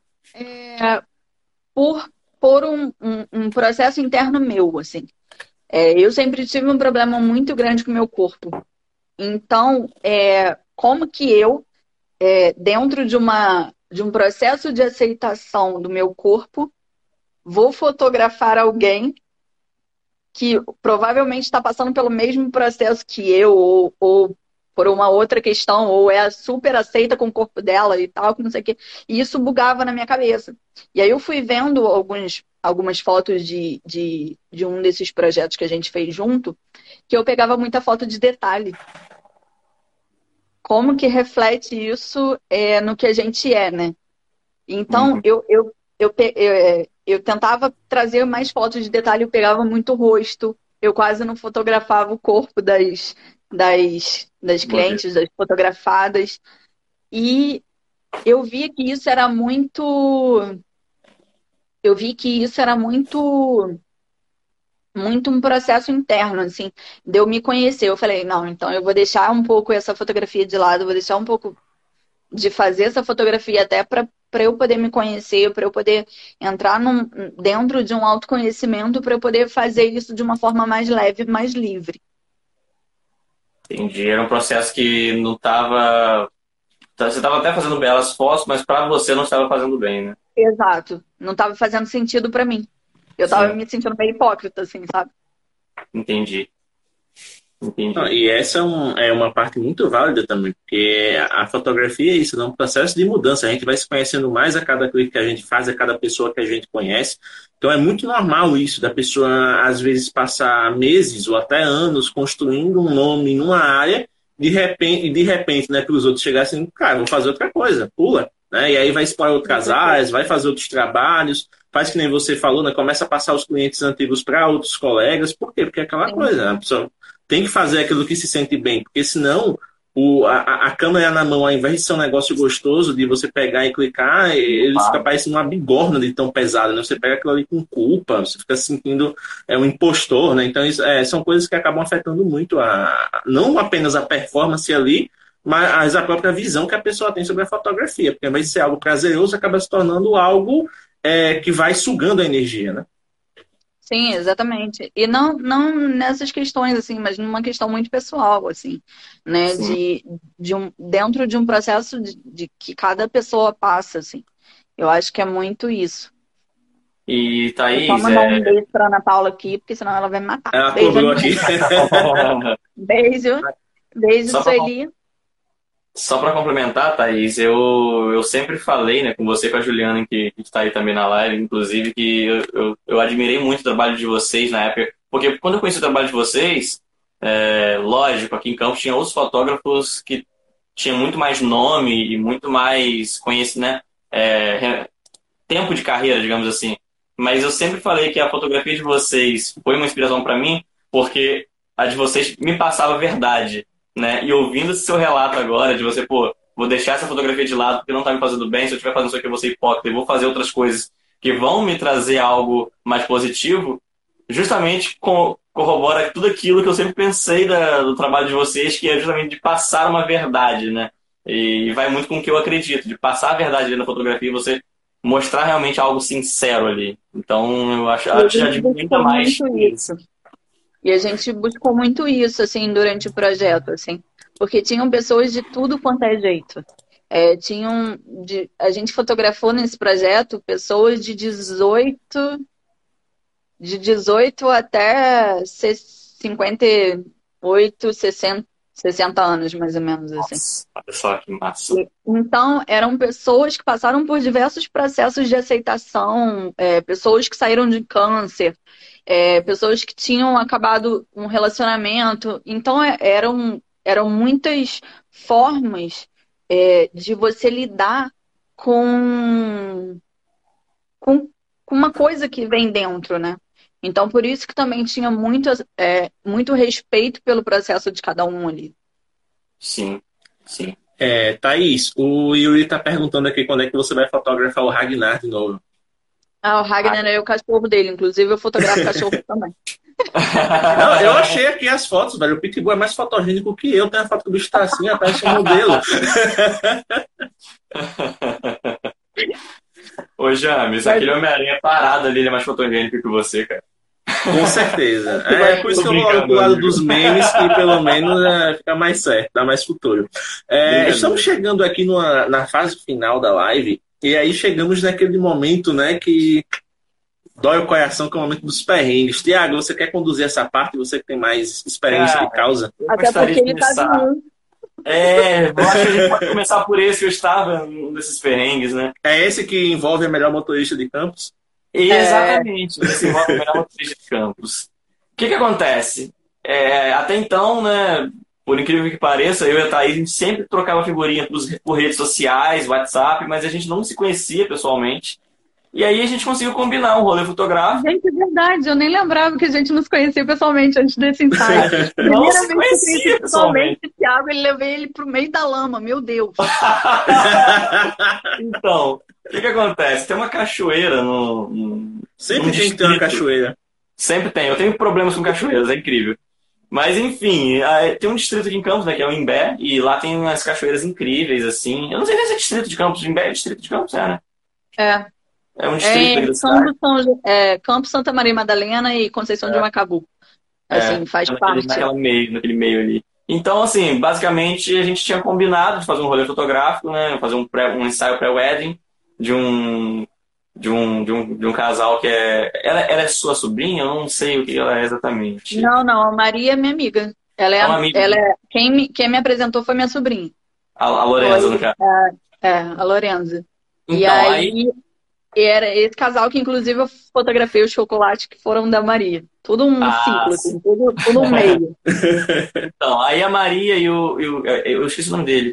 por um processo interno meu, assim. Eu sempre tive um problema muito grande com o meu corpo. Então, como que eu, dentro de um processo de aceitação do meu corpo, vou fotografar alguém que provavelmente está passando pelo mesmo processo que eu, ou por uma outra questão, ou é super aceita com o corpo dela e tal, que não sei o quê. E isso bugava na minha cabeça. E aí eu fui vendo algumas fotos de um desses projetos que a gente fez junto, que eu pegava muita foto de detalhe. Como que reflete isso no que a gente é, né? Então, eu tentava trazer mais fotos de detalhe, eu pegava muito rosto, eu quase não fotografava o corpo das clientes, das fotografadas. E eu vi que isso era muito. Eu vi que isso era muito um processo interno, assim, de eu me conhecer. Eu falei, não, então eu vou deixar um pouco essa fotografia de lado, vou deixar um pouco de fazer essa fotografia até para eu poder me conhecer, para eu poder entrar dentro de um autoconhecimento, para eu poder fazer isso de uma forma mais leve, mais livre. Entendi. Era um processo que não estava. Você estava até fazendo belas fotos, mas para você não estava fazendo bem, né? Exato. Não estava fazendo sentido para mim. Eu estava me sentindo meio hipócrita, assim, sabe? Entendi. E essa é uma parte muito válida também, porque a fotografia é isso, é um processo de mudança. A gente vai se conhecendo mais a cada clique que a gente faz, a cada pessoa que a gente conhece. Então é muito normal isso, da pessoa às vezes passar meses ou até anos construindo um nome numa área, de repente, né, para os outros chegarem assim, cara, vou fazer outra coisa, pula. Né? E aí vai explorar outras áreas, vai fazer outros trabalhos, faz que nem você falou, né? Começa a passar os clientes antigos para outros colegas. Por quê? Porque é aquela coisa, a pessoa tem que fazer aquilo que se sente bem, porque senão a câmera na mão, ao invés de ser um negócio gostoso de você pegar e clicar, ele fica parecendo uma bigorna de tão pesada, né? Você pega aquilo ali com culpa, você fica se sentindo um impostor, né? Então são coisas que acabam afetando muito não apenas a performance ali, mas a própria visão que a pessoa tem sobre a fotografia, porque ao invés de ser algo prazeroso, acaba se tornando algo que vai sugando a energia, né? Sim, exatamente. E não nessas questões, assim, mas numa questão muito pessoal, assim, né? Dentro de um processo de que cada pessoa passa, assim. Eu acho que é muito isso. E, Thaís... Vou mandar um beijo pra Ana Paula aqui, porque senão ela vai me matar. Ela beijo, cobrou aqui. Beijo. Beijo, Sueli. Só para complementar, Thaís, eu sempre falei, né, com você e com a Juliana, que está aí também na live, inclusive, que eu admirei muito o trabalho de vocês na época, porque quando eu conheci o trabalho de vocês, lógico, aqui em Campos tinha outros fotógrafos que tinham muito mais nome e muito mais conhecimento, né, tempo de carreira, digamos assim. Mas eu sempre falei que a fotografia de vocês foi uma inspiração para mim, porque a de vocês me passava verdade, né? E ouvindo esse seu relato agora, de você, pô, vou deixar essa fotografia de lado porque não tá me fazendo bem, se eu estiver fazendo isso aqui eu vou ser hipócrita e vou fazer outras coisas que vão me trazer algo mais positivo, justamente corrobora tudo aquilo que eu sempre pensei do trabalho de vocês, que é justamente de passar uma verdade, né? E vai muito com o que eu acredito, de passar a verdade ali na fotografia e você mostrar realmente algo sincero ali. Então, eu acho E a que já gente admiro ainda buscou mais muito isso. isso. E a gente buscou muito isso, assim, durante o projeto, assim, porque tinham pessoas de tudo quanto é jeito. A gente fotografou nesse projeto pessoas de 18 até 58, 60 anos, mais ou menos, assim. Nossa, olha só que massa. Então, eram pessoas que passaram por diversos processos de aceitação, pessoas que saíram de câncer, pessoas que tinham acabado um relacionamento. Então, eram muitas formas, de você lidar com, com uma coisa que vem dentro, né? Então, por isso que também tinha muito respeito pelo processo de cada um ali. Sim, sim. Thaís, o Yuri tá perguntando aqui quando é que você vai fotografar o Ragnar de novo. Ah, o Ragnar é o cachorro dele. Inclusive, eu fotografo cachorro também. Não, eu achei aqui as fotos, velho. O Pitbull é mais fotogênico que eu. Tem a foto que o bicho tá assim, aparece um modelo. Ô, James, aquele Homem-Aranha parado ali, ele é mais fotogênico que você, cara. Com certeza. É por isso que eu vou pro lado dos memes, que pelo menos fica mais certo, dá mais futuro. Estamos chegando aqui na fase final da live, e aí chegamos naquele momento, né, que dói o coração, que é o momento dos perrengues. Tiago, você quer conduzir essa parte? Você que tem mais experiência de causa? Até porque ele tá vindo. Eu acho que a gente pode começar por esse, eu estava num desses perrengues, né? É esse que envolve a melhor motorista de Campos? Exatamente, esse envolve a melhor motorista de Campos. O que acontece? Até então, né, por incrível que pareça, eu e a Thaís, a gente sempre trocava figurinha por redes sociais, WhatsApp, mas a gente não se conhecia pessoalmente. E aí a gente conseguiu combinar um rolê fotográfico. Gente, é verdade, eu nem lembrava que a gente não se conhecia pessoalmente antes desse ensaio. Não se conhecia pessoalmente. O Thiago, levei ele pro meio da lama, meu Deus. Então, o que acontece? Tem uma cachoeira Sempre tem que ter uma cachoeira. Sempre tem. Eu tenho problemas com cachoeiras, é incrível. Mas, enfim, tem um distrito aqui em Campos, né, que é o Imbé, e lá tem umas cachoeiras incríveis, assim. Eu não sei nem se é distrito de Campos. Imbé é distrito de Campos, né? É um distrito aqui da cidade. Campos, Santa Maria Madalena e Conceição de Macabu. Assim, faz parte. Naquele meio ali. Então, assim, basicamente, a gente tinha combinado de fazer um rolê fotográfico, né? Fazer um ensaio pré-wedding de um casal que ela é sua sobrinha? Eu não sei o que ela é exatamente. Não, a Maria é minha amiga. Quem me apresentou foi minha sobrinha. A Lorenza, no caso. A Lorenza. Então, e aí era esse casal que, inclusive, eu fotografei os chocolates que foram da Maria. Tudo um ciclo, assim, tudo um meio. Então, aí a Maria e eu esqueci o nome dele.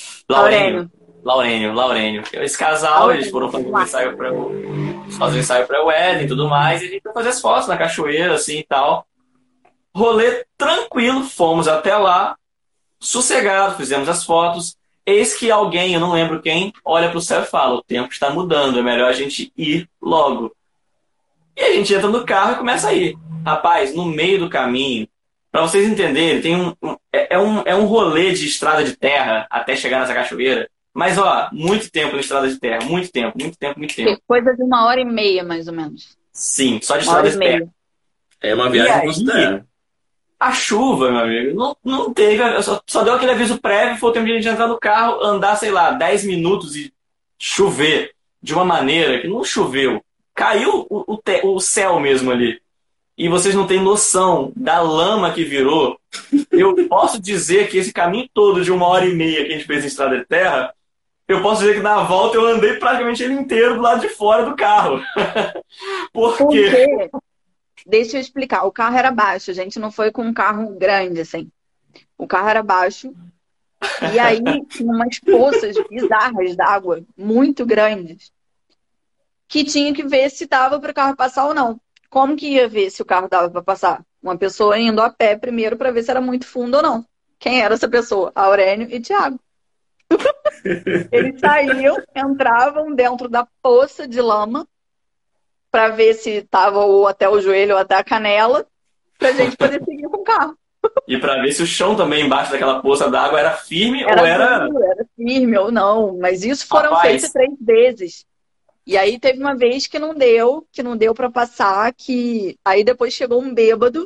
Laurênio. Esse casal, eles foram fazer um ensaio pré-wedding e tudo mais, e a gente foi fazer as fotos na cachoeira, assim e tal. Rolê tranquilo, fomos até lá, sossegado, fizemos as fotos. Eis que alguém, eu não lembro quem, olha pro céu e fala: o tempo está mudando, é melhor a gente ir logo. E a gente entra no carro e começa a ir. Rapaz, no meio do caminho, para vocês entenderem, tem um rolê de estrada de terra até chegar nessa cachoeira. Mas, muito tempo na estrada de terra. Muito tempo. Coisa de 1h30, mais ou menos. Sim, só de estrada de terra. É uma viagem considerável. A chuva, meu amigo, não teve. Só deu aquele aviso prévio, foi o tempo de a gente entrar no carro, andar, sei lá, 10 minutos e chover de uma maneira que não choveu. Caiu o céu mesmo ali. E vocês não têm noção da lama que virou Eu posso dizer que esse caminho todo de 1h30 que a gente fez em estrada de terra, eu posso dizer que na volta eu andei praticamente ele inteiro do lado de fora do carro. Por quê? Porque, deixa eu explicar, o carro era baixo, a gente não foi com um carro grande, assim. O carro era baixo, e aí tinha umas poças bizarras d'água, muito grandes, que tinha que ver se dava para o carro passar ou não. Como que ia ver se o carro dava para passar? Uma pessoa indo a pé primeiro para ver se era muito fundo ou não. Quem era essa pessoa? Aurélio e Thiago. Eles saíam, entravam dentro da poça de lama para ver se estava ou até o joelho ou até a canela, para a gente poder seguir com o carro. E para ver se o chão também embaixo daquela poça d'água era firme ou era... Duro, era firme ou não. Mas isso foram Rapaz. feitas 3 vezes. E aí teve uma vez que não deu para passar, que aí depois chegou um bêbado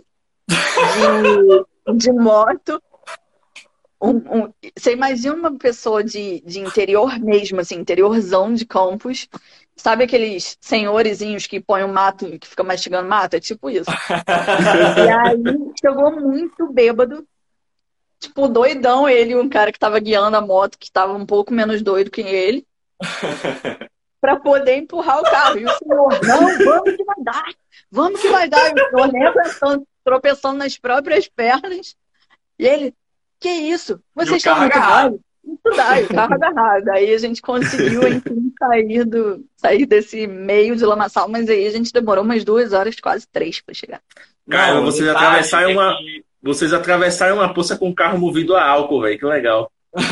de moto. Você imagina uma pessoa de interior mesmo, assim, interiorzão de Campos. Sabe aqueles senhorizinhos que põem o mato, que fica mastigando mato? É tipo isso. E aí chegou muito bêbado, tipo, doidão ele, um cara que tava guiando a moto, que tava um pouco menos doido que ele, para poder empurrar o carro. E o senhor, não, vamos que vai dar. E o senhor nem aguentando, tropeçando nas próprias pernas. E ele, que isso? Vocês estão muito mal? Isso dá, e o carro agarrado. Aí a gente conseguiu, enfim, sair desse meio de lamaçal, mas aí a gente demorou umas 2 horas, quase 3 para chegar. Cara, vocês atravessaram uma poça com um carro movido a álcool, velho. Que legal.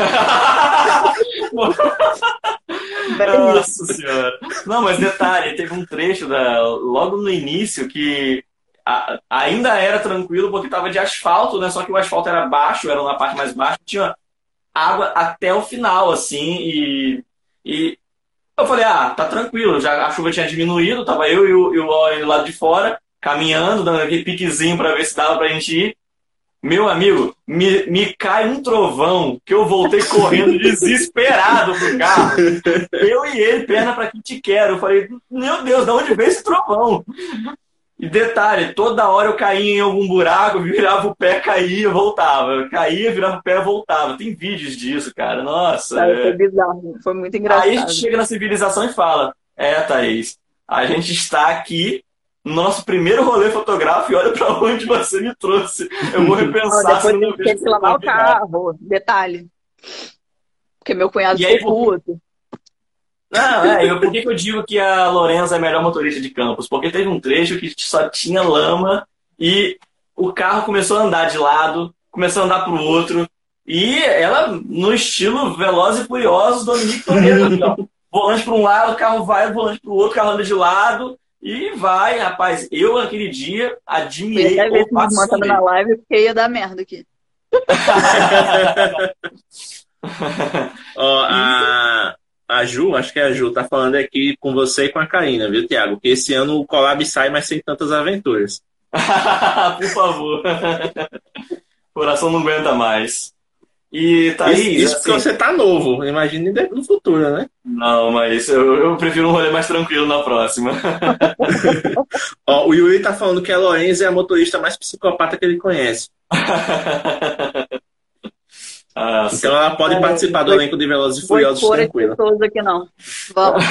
Nossa senhora. Não, mas detalhe, teve um trecho logo no início que ainda era tranquilo porque estava de asfalto, né? Só que o asfalto era baixo, era na parte mais baixa, tinha água até o final, assim, e eu falei, tá tranquilo, já a chuva tinha diminuído, tava eu e o Owen lá de fora, caminhando, dando aquele piquezinho para ver se dava pra gente ir. Meu amigo, me cai um trovão que eu voltei correndo desesperado pro carro. Eu e ele, perna pra quem te quero. Eu falei, meu Deus, de onde veio esse trovão? E detalhe, toda hora eu caía em algum buraco, virava o pé, caía, voltava. Eu caía, virava o pé, voltava. Tem vídeos disso, cara. Nossa. Foi bizarro, foi muito engraçado. Aí a gente chega na civilização e fala, Thaís, a gente está aqui no nosso primeiro rolê fotográfico e olha pra onde você me trouxe. Eu vou repensar. Depois a gente teve que lavar o carro, detalhe. Porque meu cunhado ficou puto. Não, por que eu digo que a Lorenza é a melhor motorista de Campos? Porque teve um trecho que só tinha lama e o carro começou a andar de lado, começou a andar pro outro, e ela, no estilo Velozes e Furiosos, Dominique Toretto, volante para um lado, o carro vai, volante pro outro, o carro anda de lado, e vai, rapaz. Eu, naquele dia, admirei o passo. Eu na live porque ia dar merda aqui. A Ju, acho que é a Ju, tá falando aqui com você e com a Karina, viu, Thiago? Que esse ano o collab sai, mas sem tantas aventuras. Por favor. O coração não aguenta mais. E Thaís, isso porque você tá novo, imagine no futuro, né? Não, mas eu prefiro um rolê mais tranquilo na próxima. O Yuri tá falando que a Lorenza é a motorista mais psicopata que ele conhece. Então ela pode participar do elenco de Velozes e Furiosos tranquilo. Aqui não. Vamos.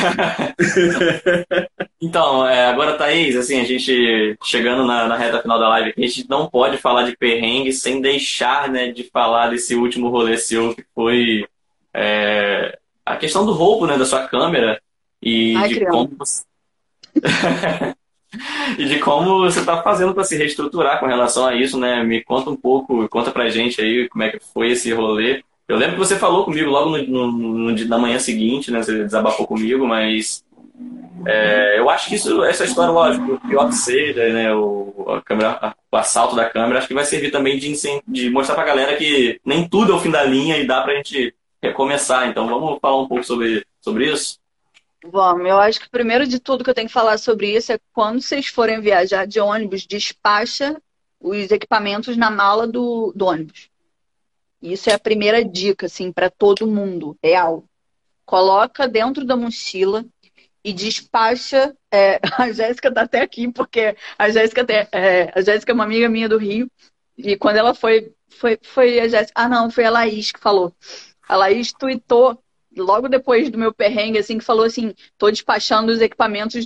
Então, agora, Thaís, assim, a gente chegando na reta final da live, a gente não pode falar de perrengue sem deixar, né, de falar desse último rolê seu, que foi a questão do roubo, né, da sua câmera e de como você... e de como você está fazendo para se reestruturar com relação a isso, né? Me conta um pouco, conta pra gente aí como é que foi esse rolê. Eu lembro que você falou comigo logo na manhã seguinte, né? Você desabafou comigo, mas eu acho que essa história, lógico, o pior que seja, né? O assalto da câmera, acho que vai servir também de mostrar pra galera que nem tudo é o fim da linha e dá pra gente recomeçar. Então vamos falar um pouco sobre isso? Vamos, eu acho que primeiro de tudo que eu tenho que falar sobre isso é que quando vocês forem viajar de ônibus, despacha os equipamentos na mala do ônibus. Isso é a primeira dica, assim, para todo mundo, real. Coloca dentro da mochila e despacha. A Jéssica tá até aqui, porque a Jéssica é uma amiga minha do Rio. E quando ela foi a Jéssica. Ah, não, foi a Laís que falou. A Laís tuitou logo depois do meu perrengue, assim, que falou assim: tô despachando os equipamentos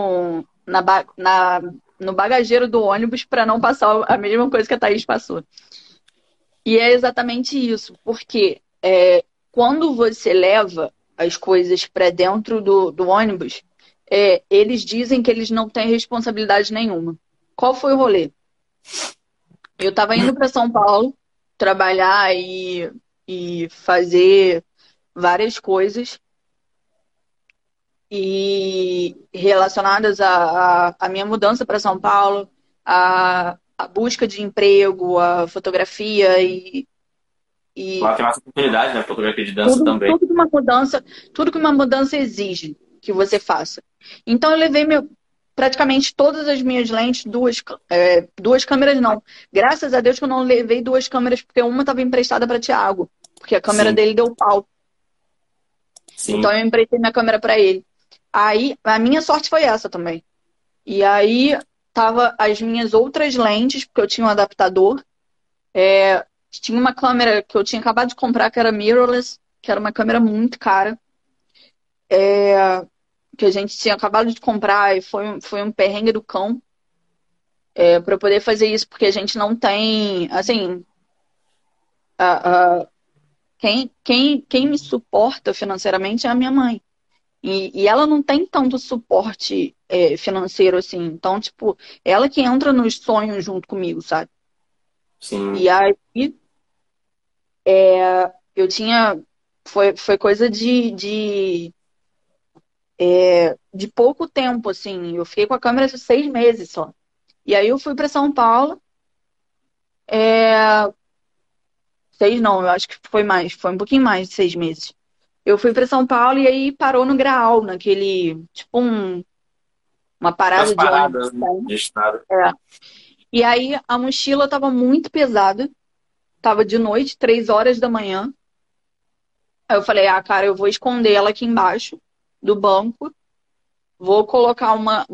no bagageiro do ônibus para não passar a mesma coisa que a Thaís passou. E é exatamente isso, porque quando você leva as coisas para dentro do ônibus, eles dizem que eles não têm responsabilidade nenhuma. Qual foi o rolê? Eu estava indo para São Paulo trabalhar e fazer várias coisas e relacionadas à minha mudança para São Paulo, a busca de emprego, a fotografia e Lá tem mais oportunidade, né? Fotografia de dança também. tudo que uma mudança exige que você faça. Então eu levei praticamente todas as minhas lentes, duas câmeras não. Graças a Deus que eu não levei duas câmeras, porque uma estava emprestada para Thiago, porque a câmera dele deu pau. Sim. Então eu emprestei minha câmera para ele. Aí a minha sorte foi essa também. E aí tava as minhas outras lentes, porque eu tinha um adaptador. Tinha uma câmera que eu tinha acabado de comprar, que era mirrorless, que era uma câmera muito cara. Que a gente tinha acabado de comprar e foi um perrengue do cão. Para eu poder fazer isso, porque a gente não tem, assim, quem me suporta financeiramente é a minha mãe. E ela não tem tanto suporte financeiro assim. Então, tipo, ela que entra nos sonhos junto comigo, sabe? Sim. E aí eu tinha. Foi coisa de pouco tempo, assim. Eu fiquei com a câmera 6 meses só. E aí eu fui para São Paulo. 6 não, eu acho que foi mais, foi um pouquinho mais de 6 meses. Eu fui para São Paulo e aí parou no Graal, naquele, tipo uma parada As de paradas, ônibus. né, de estrada. E aí a mochila tava muito pesada, tava de noite, 3 horas da manhã. Aí eu falei, cara, eu vou esconder ela aqui embaixo do banco, vou colocar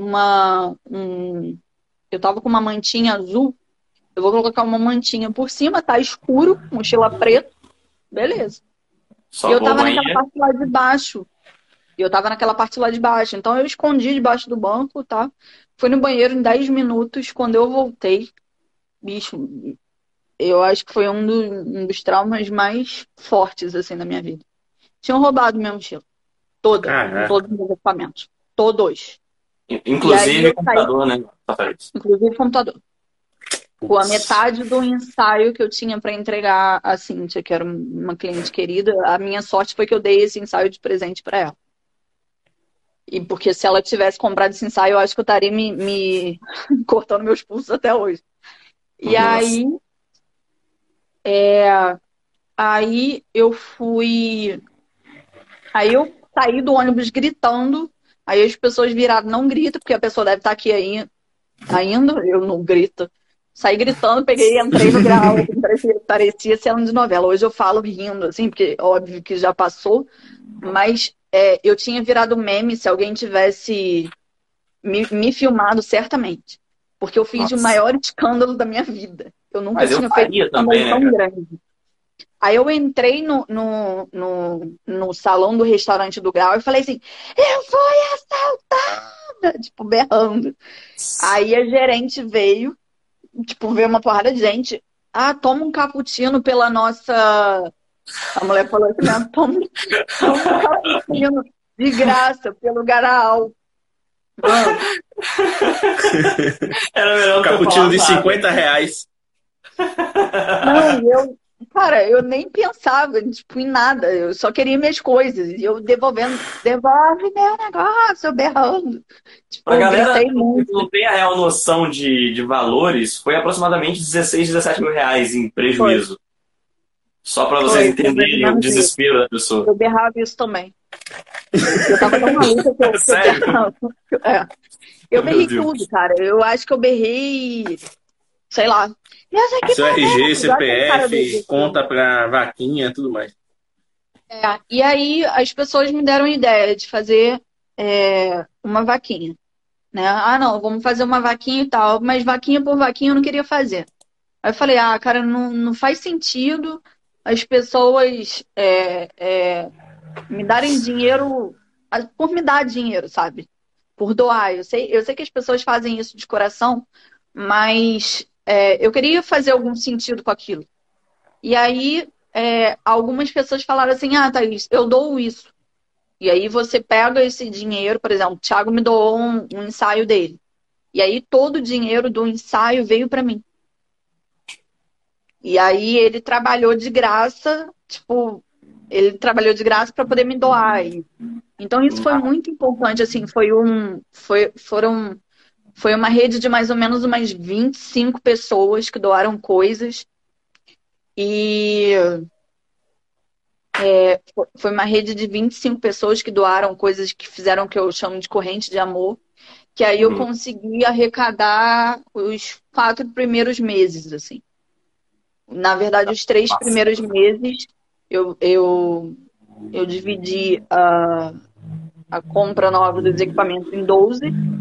eu tava com uma mantinha azul, eu vou colocar uma mantinha por cima, tá escuro, mochila preta, beleza. Só E eu vou ao tava naquela banheiro. parte lá de baixo. Então eu escondi debaixo do banco, tá? Fui no banheiro em 10 minutos. Quando eu voltei, bicho, eu acho que foi um dos traumas mais fortes, assim, da minha vida. Tinham roubado minha mochila. Toda. Com Caraca. todos os meus equipamentos. Todos. E aí Inclusive eu saí, computador, né? Thaís? inclusive o computador. Com a metade do ensaio que eu tinha para entregar a Cíntia, que era uma cliente querida, a minha sorte foi que eu dei esse ensaio de presente para ela. E porque se ela tivesse comprado esse ensaio, eu acho que eu estaria me cortando meus pulsos até hoje. E Nossa. aí eu fui. Aí eu saí do ônibus gritando. Aí as pessoas viraram, não grita, porque a pessoa deve estar aqui ainda. Eu não grito. Saí gritando, peguei, entrei no grau, parecia cena de novela. Hoje eu falo rindo, assim, porque óbvio que já passou, mas eu tinha virado meme se alguém tivesse me filmado, certamente. Porque eu fiz o Nossa. maior escândalo da minha vida. Eu nunca Mas eu tinha feito um faria escândalo também, né, tão cara? grande. Aí eu entrei no salão do restaurante do Grau e falei assim, eu fui assaltada! Tipo, berrando. Aí a gerente veio, tipo, veio uma porrada de gente. Toma um cappuccino pela nossa... A mulher falou assim, toma um cappuccino de graça pelo Garal. Mano. Era melhor Cappuccino de R$ 50. Não, cara, eu nem pensava, tipo, em nada. Eu só queria minhas coisas. E eu devolve meu negócio, eu berrando. Tipo, Pra eu galera gritei que muito. não tem a real noção de valores, foi aproximadamente 16, 17 mil reais em prejuízo. Só pra vocês Foi mais ou entenderem o menos isso. desespero da pessoa. Eu berrava isso também. Eu tava tão maluca que eu Sério? berrava. Eu Meu berrei Deus. tudo, cara. Eu acho que eu berrei, sei lá. Seu RG, Igual aquele cara CPF, conta pra vaquinha, tudo mais. E aí as pessoas me deram a ideia de fazer uma vaquinha, né? Não, vamos fazer uma vaquinha e tal, mas vaquinha por vaquinha eu não queria fazer. Aí eu falei, cara, não faz sentido as pessoas me darem dinheiro por me dar dinheiro, sabe? Por doar. Eu sei que as pessoas fazem isso de coração, mas eu queria fazer algum sentido com aquilo. E aí, algumas pessoas falaram assim, Thaís, eu dou isso. E aí você pega esse dinheiro, por exemplo, o Thiago me doou um ensaio dele. E aí todo o dinheiro do ensaio veio para mim. E aí ele trabalhou de graça, tipo, ele trabalhou de graça para poder me doar. Então isso foi muito importante, assim, foi uma rede de mais ou menos umas 25 pessoas que doaram coisas. E foi uma rede de 25 pessoas que doaram coisas que fizeram o que eu chamo de corrente de amor. Que aí eu consegui arrecadar os 4 primeiros meses, assim. Na verdade, os 3 primeiros meses eu dividi a compra nova dos equipamentos em 12.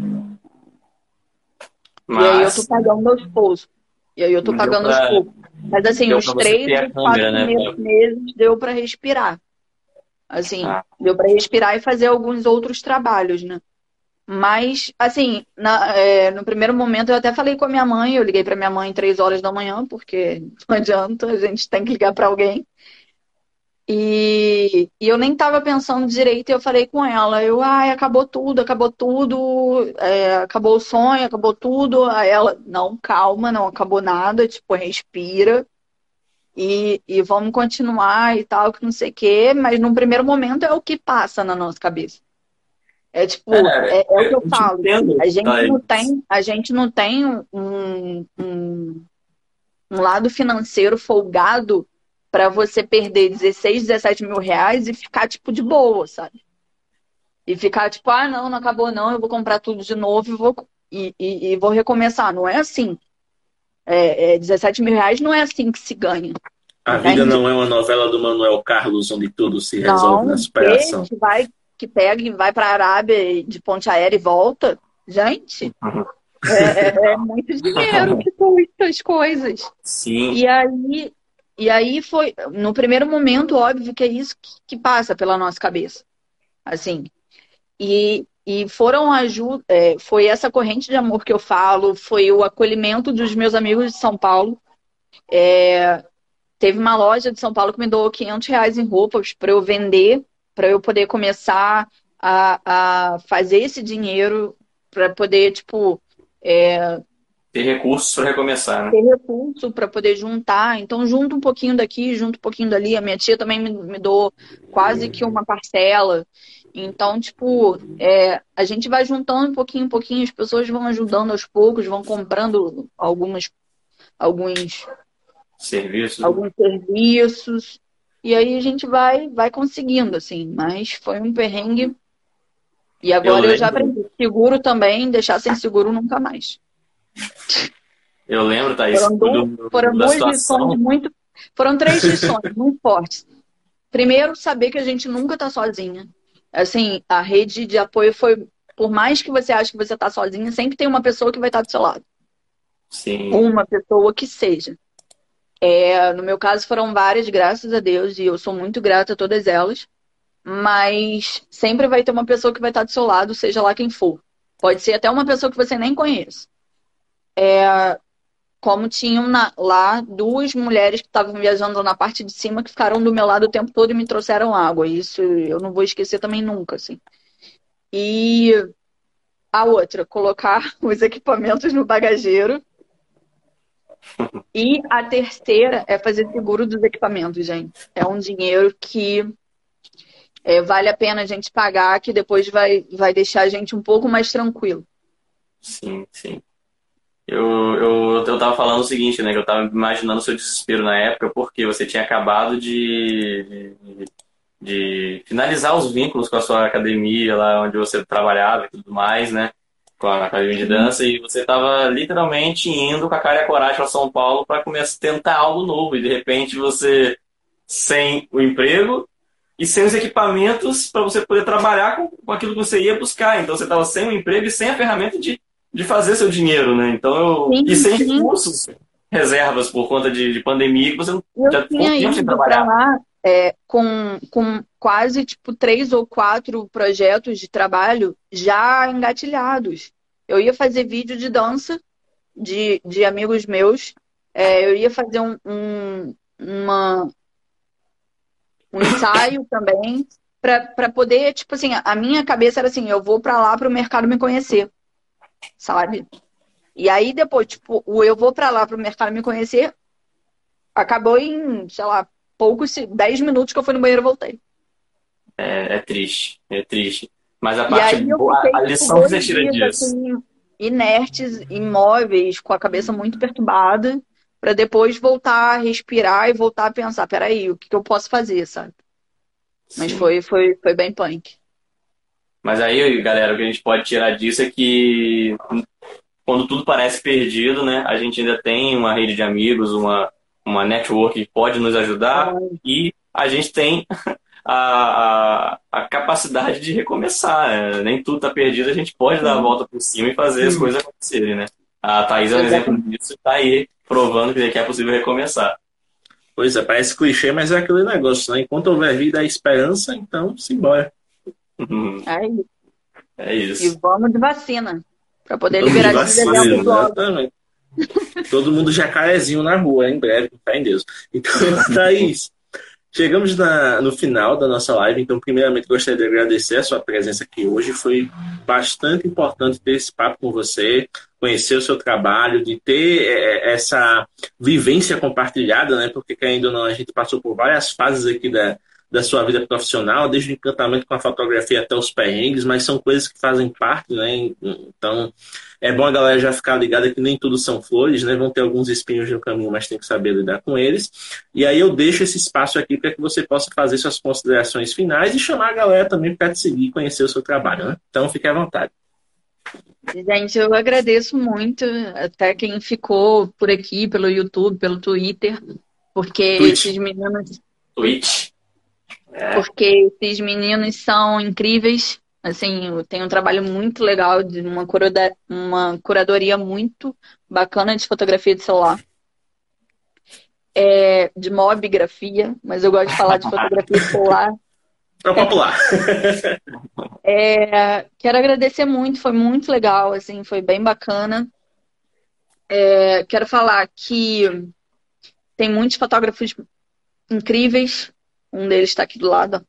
E aí eu tô pagando aos poucos. Mas assim, os 3 ou 4 primeiros meses deu para respirar. Assim, deu para respirar e fazer alguns outros trabalhos, né? Mas, assim, no primeiro momento eu até falei com a minha mãe, eu liguei para minha mãe 3 horas da manhã, porque não adianta, a gente tem que ligar para alguém. E eu nem estava pensando direito, e eu falei com ela, acabou tudo, acabou o sonho, acabou tudo. Aí ela, não, calma, não acabou nada, tipo, respira e vamos continuar e tal, que não sei o quê, mas num primeiro momento é o que passa na nossa cabeça. É tipo, é o que eu falo. A gente não tem um lado financeiro folgado para você perder 16, 17 mil reais e ficar, tipo, de boa, sabe? E ficar, tipo, não acabou não, eu vou comprar tudo de novo e vou recomeçar. Não é assim. 17 mil reais não é assim que se ganha. A vida não é uma novela do Manuel Carlos, onde tudo se resolve na superação. Que pega e vai para a Arábia de ponte aérea e volta. Gente, é muito dinheiro que custa as coisas. Sim. E aí foi, no primeiro momento, óbvio que é isso que passa pela nossa cabeça. Assim, e foram foi essa corrente de amor que eu falo, foi o acolhimento dos meus amigos de São Paulo. Teve uma loja de São Paulo que me doou 500 reais em roupas para eu vender, para eu poder começar a fazer esse dinheiro, para poder, tipo... ter recursos para recomeçar, né? Ter recurso para poder juntar. Então, junto um pouquinho daqui, junto um pouquinho dali. A minha tia também me doou quase que uma parcela. Então, tipo, a gente vai juntando um pouquinho, as pessoas vão ajudando aos poucos, vão comprando alguns serviços. E aí a gente vai conseguindo, assim. Mas foi um perrengue. E agora eu já aprendi. Seguro também, deixar sem seguro nunca mais. Eu lembro, Thaís. Foram 2 lições Foram 3 lições muito fortes. Primeiro, saber que a gente nunca tá sozinha. Assim, a rede de apoio foi... Por mais que você ache que você tá sozinha, sempre tem uma pessoa que vai estar do seu lado. Sim. Uma pessoa que seja. No meu caso, foram várias, graças a Deus, e eu sou muito grata a todas elas. Mas sempre vai ter uma pessoa que vai estar do seu lado, seja lá quem for. Pode ser até uma pessoa que você nem conheça. Como tinham lá 2 mulheres que estavam viajando na parte de cima, que ficaram do meu lado o tempo todo e me trouxeram água. Isso eu não vou esquecer também nunca, assim. E a outra, colocar os equipamentos no bagageiro. E a terceira é fazer seguro dos equipamentos, gente. É um dinheiro que vale a pena a gente pagar, que depois vai deixar a gente um pouco mais tranquilo. Sim, sim. Eu tava falando o seguinte, né? Que eu tava imaginando o seu desespero na época, porque você tinha acabado de finalizar os vínculos com a sua academia, lá onde você trabalhava e tudo mais, né? Com a academia de dança, e você tava literalmente indo com a cara e a coragem para São Paulo para começar a tentar algo novo, e de repente você, sem o emprego e sem os equipamentos para você poder trabalhar com aquilo que você ia buscar. Então você estava sem o emprego e sem a ferramenta de fazer seu dinheiro, né? Então Sim, e sem sim. recursos. reservas por conta de pandemia que você não já Eu ficou um tinha tempo sem ido para trabalhar. lá com quase tipo 3 ou 4 projetos de trabalho já engatilhados. Eu ia fazer vídeo de dança de amigos meus. Eu ia fazer um ensaio também para poder, tipo assim, a minha cabeça era assim, eu vou para lá para o mercado me conhecer, sabe? E aí depois, tipo, eu vou para lá para o mercado me conhecer, acabou em, sei lá, 10 minutos que eu fui no banheiro e voltei. É triste, é triste. Mas a E parte aí eu boa, fiquei, a tipo, lição que você 2 tira dias, disso. assim, inertes, imóveis, com a cabeça muito perturbada, para depois voltar a respirar e voltar a pensar, peraí, o que que eu posso fazer, sabe? Mas Sim. foi bem punk. Mas aí, galera, o que a gente pode tirar disso é que quando tudo parece perdido, né, a gente ainda tem uma rede de amigos, uma network que pode nos ajudar e a gente tem a capacidade de recomeçar. Nem tudo está perdido, a gente pode dar a Sim, volta por cima e fazer as coisas acontecerem, né? A Thaís é um exemplo exatamente. disso, está aí provando que é possível recomeçar. Pois é, parece clichê, mas é aquele negócio, né? Enquanto houver vida, há esperança, então simbora. Aí, É e isso. vamos de vacina, para poder Vamos de liberar esses vacina, eventos logo. exatamente. Todo mundo jacarezinho na rua, em breve, com fé em Deus. Então, Thaís, chegamos no final da nossa live, então, primeiramente, gostaria de agradecer a sua presença aqui hoje. Foi bastante importante ter esse papo com você, conhecer o seu trabalho, de ter essa vivência compartilhada, né? Porque, querendo ou não, a gente passou por várias fases aqui da sua vida profissional, desde o encantamento com a fotografia até os perrengues, mas são coisas que fazem parte, né? Então, é bom a galera já ficar ligada que nem tudo são flores, né? Vão ter alguns espinhos no caminho, mas tem que saber lidar com eles. E aí eu deixo esse espaço aqui para que você possa fazer suas considerações finais e chamar a galera também para te seguir e conhecer o seu trabalho, né? Então fique à vontade. Gente, eu agradeço muito até quem ficou por aqui, pelo YouTube, pelo Twitter, porque Twitch. esses meninos, Twitch. porque esses meninos são incríveis. Assim, tem um trabalho muito legal de uma curadoria muito bacana de fotografia de celular, de mobigrafia, mas eu gosto de falar de fotografia de celular. É o popular. Quero agradecer muito, foi muito legal, assim, foi bem bacana. Quero falar que tem muitos fotógrafos incríveis. Um deles está aqui do lado.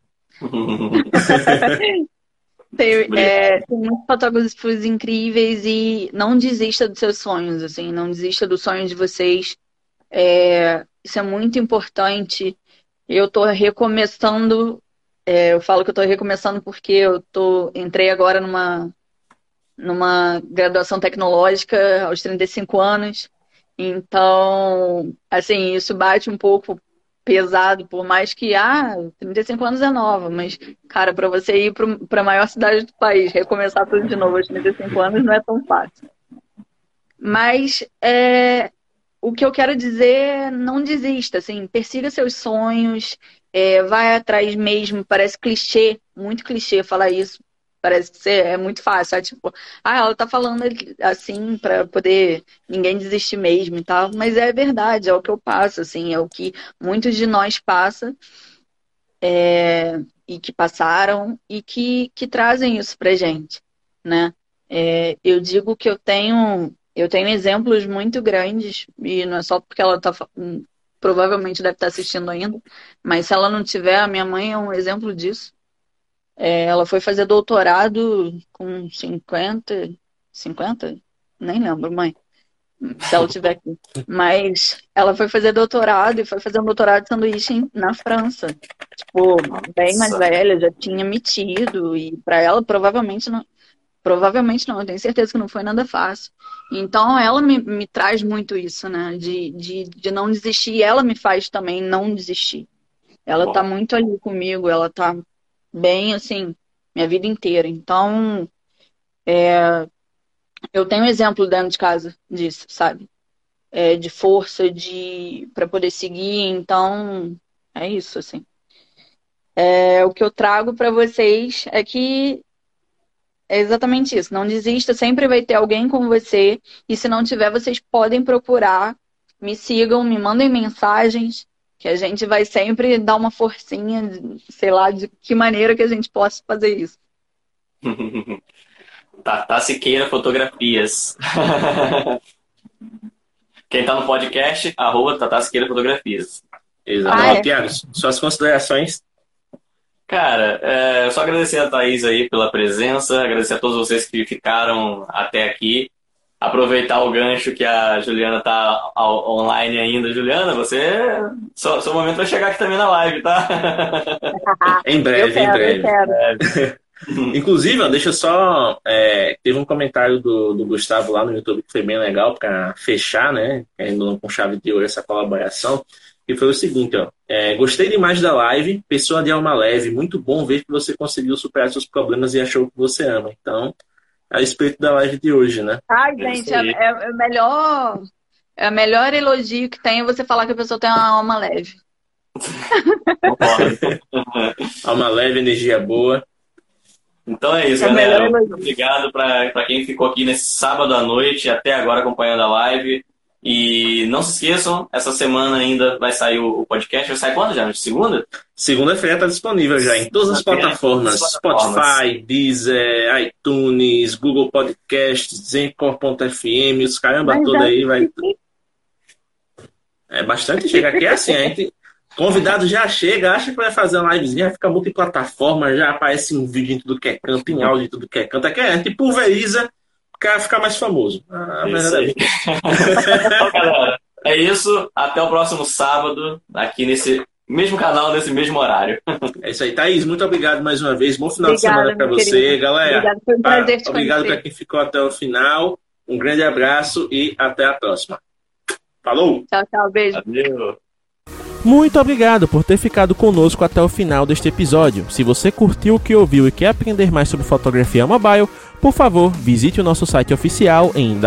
Tem muitos fotógrafos incríveis e não desista dos seus sonhos, assim, não desista dos sonhos de vocês. Isso é muito importante. Eu estou recomeçando. Eu falo que eu estou recomeçando porque entrei agora numa graduação tecnológica aos 35 anos. Então, assim, isso bate um pouco pesado, por mais que, 35 anos é nova, mas, cara, para você ir para a maior cidade do país, recomeçar tudo de novo aos 35 anos não é tão fácil. Mas o que eu quero dizer é não desista, assim, persiga seus sonhos, vai atrás mesmo, parece clichê, muito clichê falar isso. Parece que é muito fácil, tipo, ela tá falando assim para poder ninguém desistir mesmo e tal, mas é verdade, é o que eu passo, assim, é o que muitos de nós passam e que passaram e que trazem isso pra gente, né? Eu digo que eu tenho exemplos muito grandes, e não é só porque ela provavelmente deve estar assistindo ainda, mas se ela não tiver, a minha mãe é um exemplo disso. Ela foi fazer doutorado com 50? Nem lembro, mãe, se ela estiver aqui. Mas ela foi fazer doutorado e foi fazer um doutorado de sanduíche na França. Tipo, bem mais Nossa. velha, já tinha metido, e para ela provavelmente não, eu tenho certeza que não foi nada fácil. Então ela me traz muito isso, né? De não desistir, e ela me faz também não desistir. Ela tá Bom, muito ali comigo, ela tá bem assim, minha vida inteira. Então, eu tenho um exemplo dentro de casa disso, sabe? De força, para poder seguir. Então, é isso, assim. O que eu trago para vocês é que é exatamente isso. Não desista, sempre vai ter alguém com você. E se não tiver, vocês podem procurar me sigam, me mandem mensagens, que a gente vai sempre dar uma forcinha, sei lá, de que maneira que a gente possa fazer isso. Tatá Siqueira Fotografias. Quem tá no podcast, @Tatá Siqueira Fotografias. Exato. Tiago, suas considerações? Cara, só agradecer a Thaís aí pela presença, agradecer a todos vocês que ficaram até aqui. Aproveitar o gancho que a Juliana tá online ainda. Juliana, seu momento vai chegar aqui também na live, tá? Em breve. Eu quero. Inclusive, deixa eu só... teve um comentário do Gustavo lá no YouTube que foi bem legal para fechar, né? Ainda com chave de ouro essa colaboração. E foi o seguinte, gostei demais da live, pessoa de alma leve, muito bom ver que você conseguiu superar seus problemas e achou o que você ama. Então, a respeito da live de hoje, né? Ai, gente, é o melhor elogio que tem é você falar que a pessoa tem uma alma leve. Alma leve, energia boa. Então é isso, galera. Muito obrigado para quem ficou aqui nesse sábado à noite, até agora acompanhando a live. E não se esqueçam, essa semana ainda vai sair o podcast. Vai sair quando já? Segunda? Segunda-feira está disponível já em todas as plataformas. Spotify, Deezer, iTunes, Google Podcasts, Anchor.fm, os caramba toda aí. É bastante, chega aqui assim, a gente... Convidado já chega, acha que vai fazer uma livezinha, fica multiplataforma, já aparece um vídeo em tudo que é canto, em áudio em tudo que é canto. Aqui a gente pulveriza para ficar mais famoso. Então, galera, é isso. Até o próximo sábado, aqui nesse mesmo canal, nesse mesmo horário. É isso aí, Thaís. Muito obrigado mais uma vez. Bom final de semana para você, querido. Galera. Obrigado, foi um prazer te Obrigado para quem ficou até o final. Um grande abraço e até a próxima. Falou! Tchau, beijo. Valeu. Muito obrigado por ter ficado conosco até o final deste episódio. Se você curtiu o que ouviu e quer aprender mais sobre fotografia mobile, por favor, visite o nosso site oficial em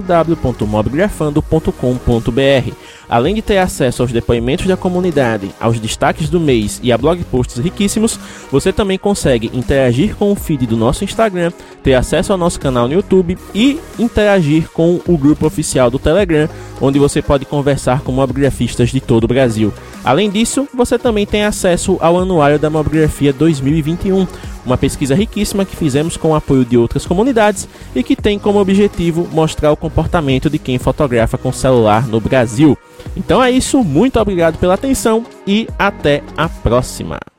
www.mobgrafando.com.br. Além de ter acesso aos depoimentos da comunidade, aos destaques do mês e a blog posts riquíssimos, você também consegue interagir com o feed do nosso Instagram, ter acesso ao nosso canal no YouTube e interagir com o grupo oficial do Telegram, onde você pode conversar com mobigrafistas de todo o Brasil. Além disso, você também tem acesso ao Anuário da Mobigrafia 2021, uma pesquisa riquíssima que fizemos com o apoio de outras comunidades e que tem como objetivo mostrar o comportamento de quem fotografa com celular no Brasil. Então é isso, muito obrigado pela atenção e até a próxima!